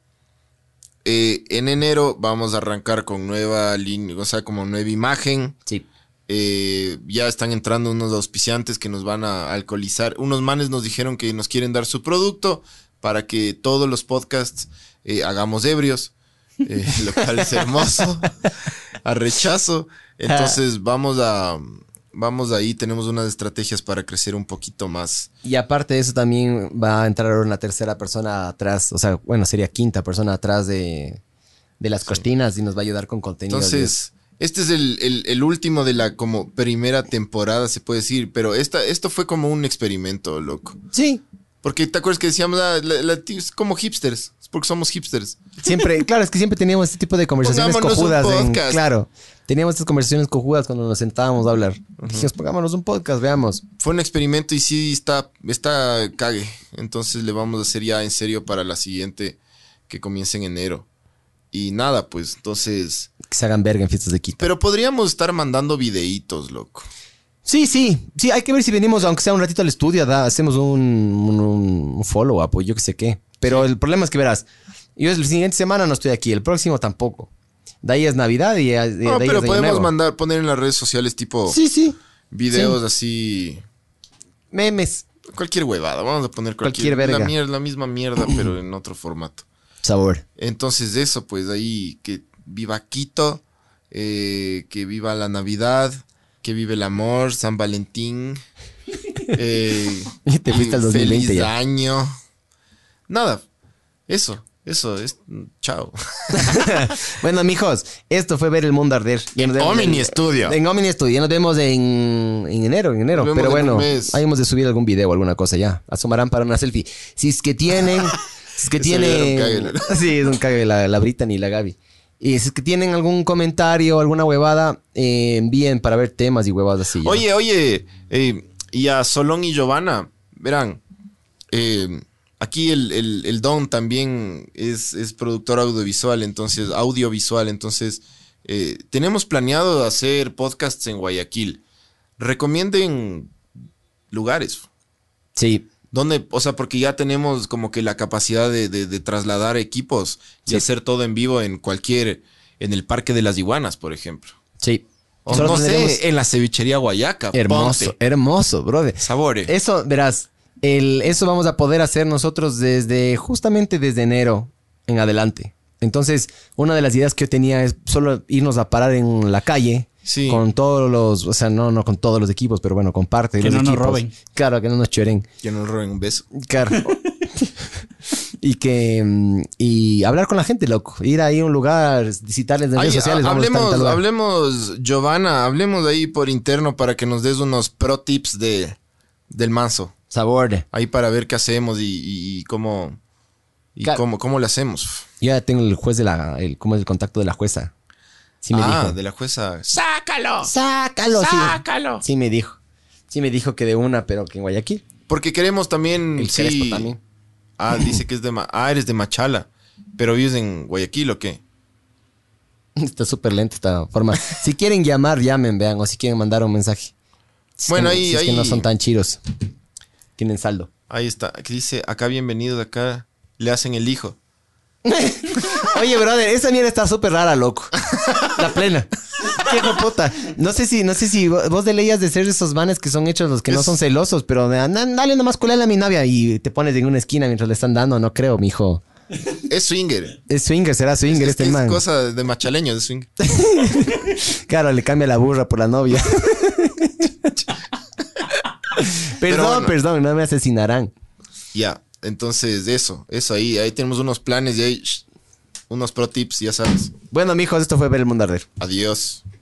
en enero vamos a arrancar con nueva línea, o sea, como nueva imagen. Sí. Ya están entrando unos auspiciantes que nos van a alcoholizar. Unos manes nos dijeron que nos quieren dar su producto para que todos los podcasts hagamos ebrios. Lo cual es hermoso. A rechazo. Entonces vamos ahí, tenemos unas estrategias para crecer un poquito más. Y aparte de eso también va a entrar una tercera persona atrás. O sea, bueno, sería quinta persona atrás de las cortinas y nos va a ayudar con contenido. Entonces, este es el último de la como primera temporada, se puede decir. Pero esto fue como un experimento, loco. Sí. Porque te acuerdas que decíamos, es como hipsters. Es porque somos hipsters. Siempre, claro, es que siempre teníamos este tipo de conversaciones Pongámonos un cojudas. podcast. Claro, teníamos estas conversaciones cojudas cuando nos sentábamos a hablar. Dijimos, pongámonos un podcast, veamos. Fue un experimento y sí está cague. Entonces le vamos a hacer ya en serio para la siguiente que comience en enero. Y nada, pues entonces... Que se hagan verga en fiestas de Quito. Pero podríamos estar mandando videitos, loco. Sí, hay que ver si venimos, aunque sea un ratito al estudio, hacemos un follow-up o yo qué sé qué. Pero el problema es que verás, yo la siguiente semana no estoy aquí, el próximo tampoco. De ahí es Navidad y de ahí No, es pero Año podemos Nuevo. poner en las redes sociales tipo Sí. videos así... Memes. Cualquier huevada, vamos a poner Cualquier verga. la misma mierda, pero en otro formato. Sabor. Entonces eso, pues ahí que viva Quito, que viva la Navidad, que vive el amor, San Valentín. Te fuiste al 2020 feliz ya. año. Nada, eso es chao. Bueno, mijos, esto fue Ver el Mundo Arder. Ya nos vemos Omni Studio. En Omni Studio. Ya nos vemos en enero. Nos vemos Pero en bueno, un mes. ahí hemos de subir algún video o alguna cosa ya. Asomarán para una selfie. Si es que tienen... Si es que Ese tienen... video era un cague. Sí, es un cague la Brittany y la Gaby. Y si es que tienen algún comentario, alguna huevada, envíen para ver temas y huevadas así. ya. Oye, y a Solón y Giovanna, verán, aquí el Don también es productor audiovisual, entonces tenemos planeado hacer podcasts en Guayaquil. Recomienden lugares. Sí. Donde, o sea, porque ya tenemos como que la capacidad de trasladar equipos y Sí. hacer todo en vivo en el Parque de las Iguanas, por ejemplo. Sí. O Solo no tendremos- sé, en la cevichería Guayaca. Hermoso, ponte. hermoso, brother. Sabores. Eso, verás, eso vamos a poder hacer nosotros justamente desde enero en adelante. Entonces, una de las ideas que yo tenía es solo irnos a parar en la calle Sí. Con todos los, o sea, no con todos los equipos, pero bueno, con parte de Que los no nos equipos. roben. Claro, que no nos choren. Que nos roben un beso. Claro. Y hablar con la gente, loco. Ir ahí a un lugar, visitarles en redes sociales. Vamos a estar en tal lugar. Hablemos, Giovanna, hablemos ahí por interno para que nos des unos pro tips del manso. Sabor. Ahí para ver qué hacemos y cómo, Claro. cómo lo hacemos. Yo ya tengo el juez ¿cómo es el contacto de la jueza? Sí me dijo. De la jueza. ¡Sácalo! ¡Sácalo! ¡Sácalo! Sí me dijo. Sí me dijo que de una, pero que en Guayaquil. Porque queremos también... El Crespo también. Dice que es eres de Machala. ¿Pero vives en Guayaquil o qué? Está súper lenta esta forma. Si quieren llamar, llamen, vean. O si quieren mandar un mensaje. Bueno, si es que no son tan chiros. Tienen saldo. Ahí está. Aquí dice, acá bienvenidos, acá le hacen el hijo. Oye, brother, esa mierda está súper rara, loco. La plena. Qué hijo de puta. No sé si vos de leyes de ser esos manes que son hechos los que no son celosos, pero dale nomás culele a mi novia y te pones en una esquina mientras le están dando. No creo, mijo. Es swinger. Es swinger, será swinger este man. Es cosa de machaleño, de swinger. Claro, le cambia la burra por la novia. Perdón, no me asesinarán. Ya, entonces eso ahí tenemos unos planes y ahí unos pro tips, ya sabes. Bueno, mijos, esto fue Ver el Mundo Arder. Adiós.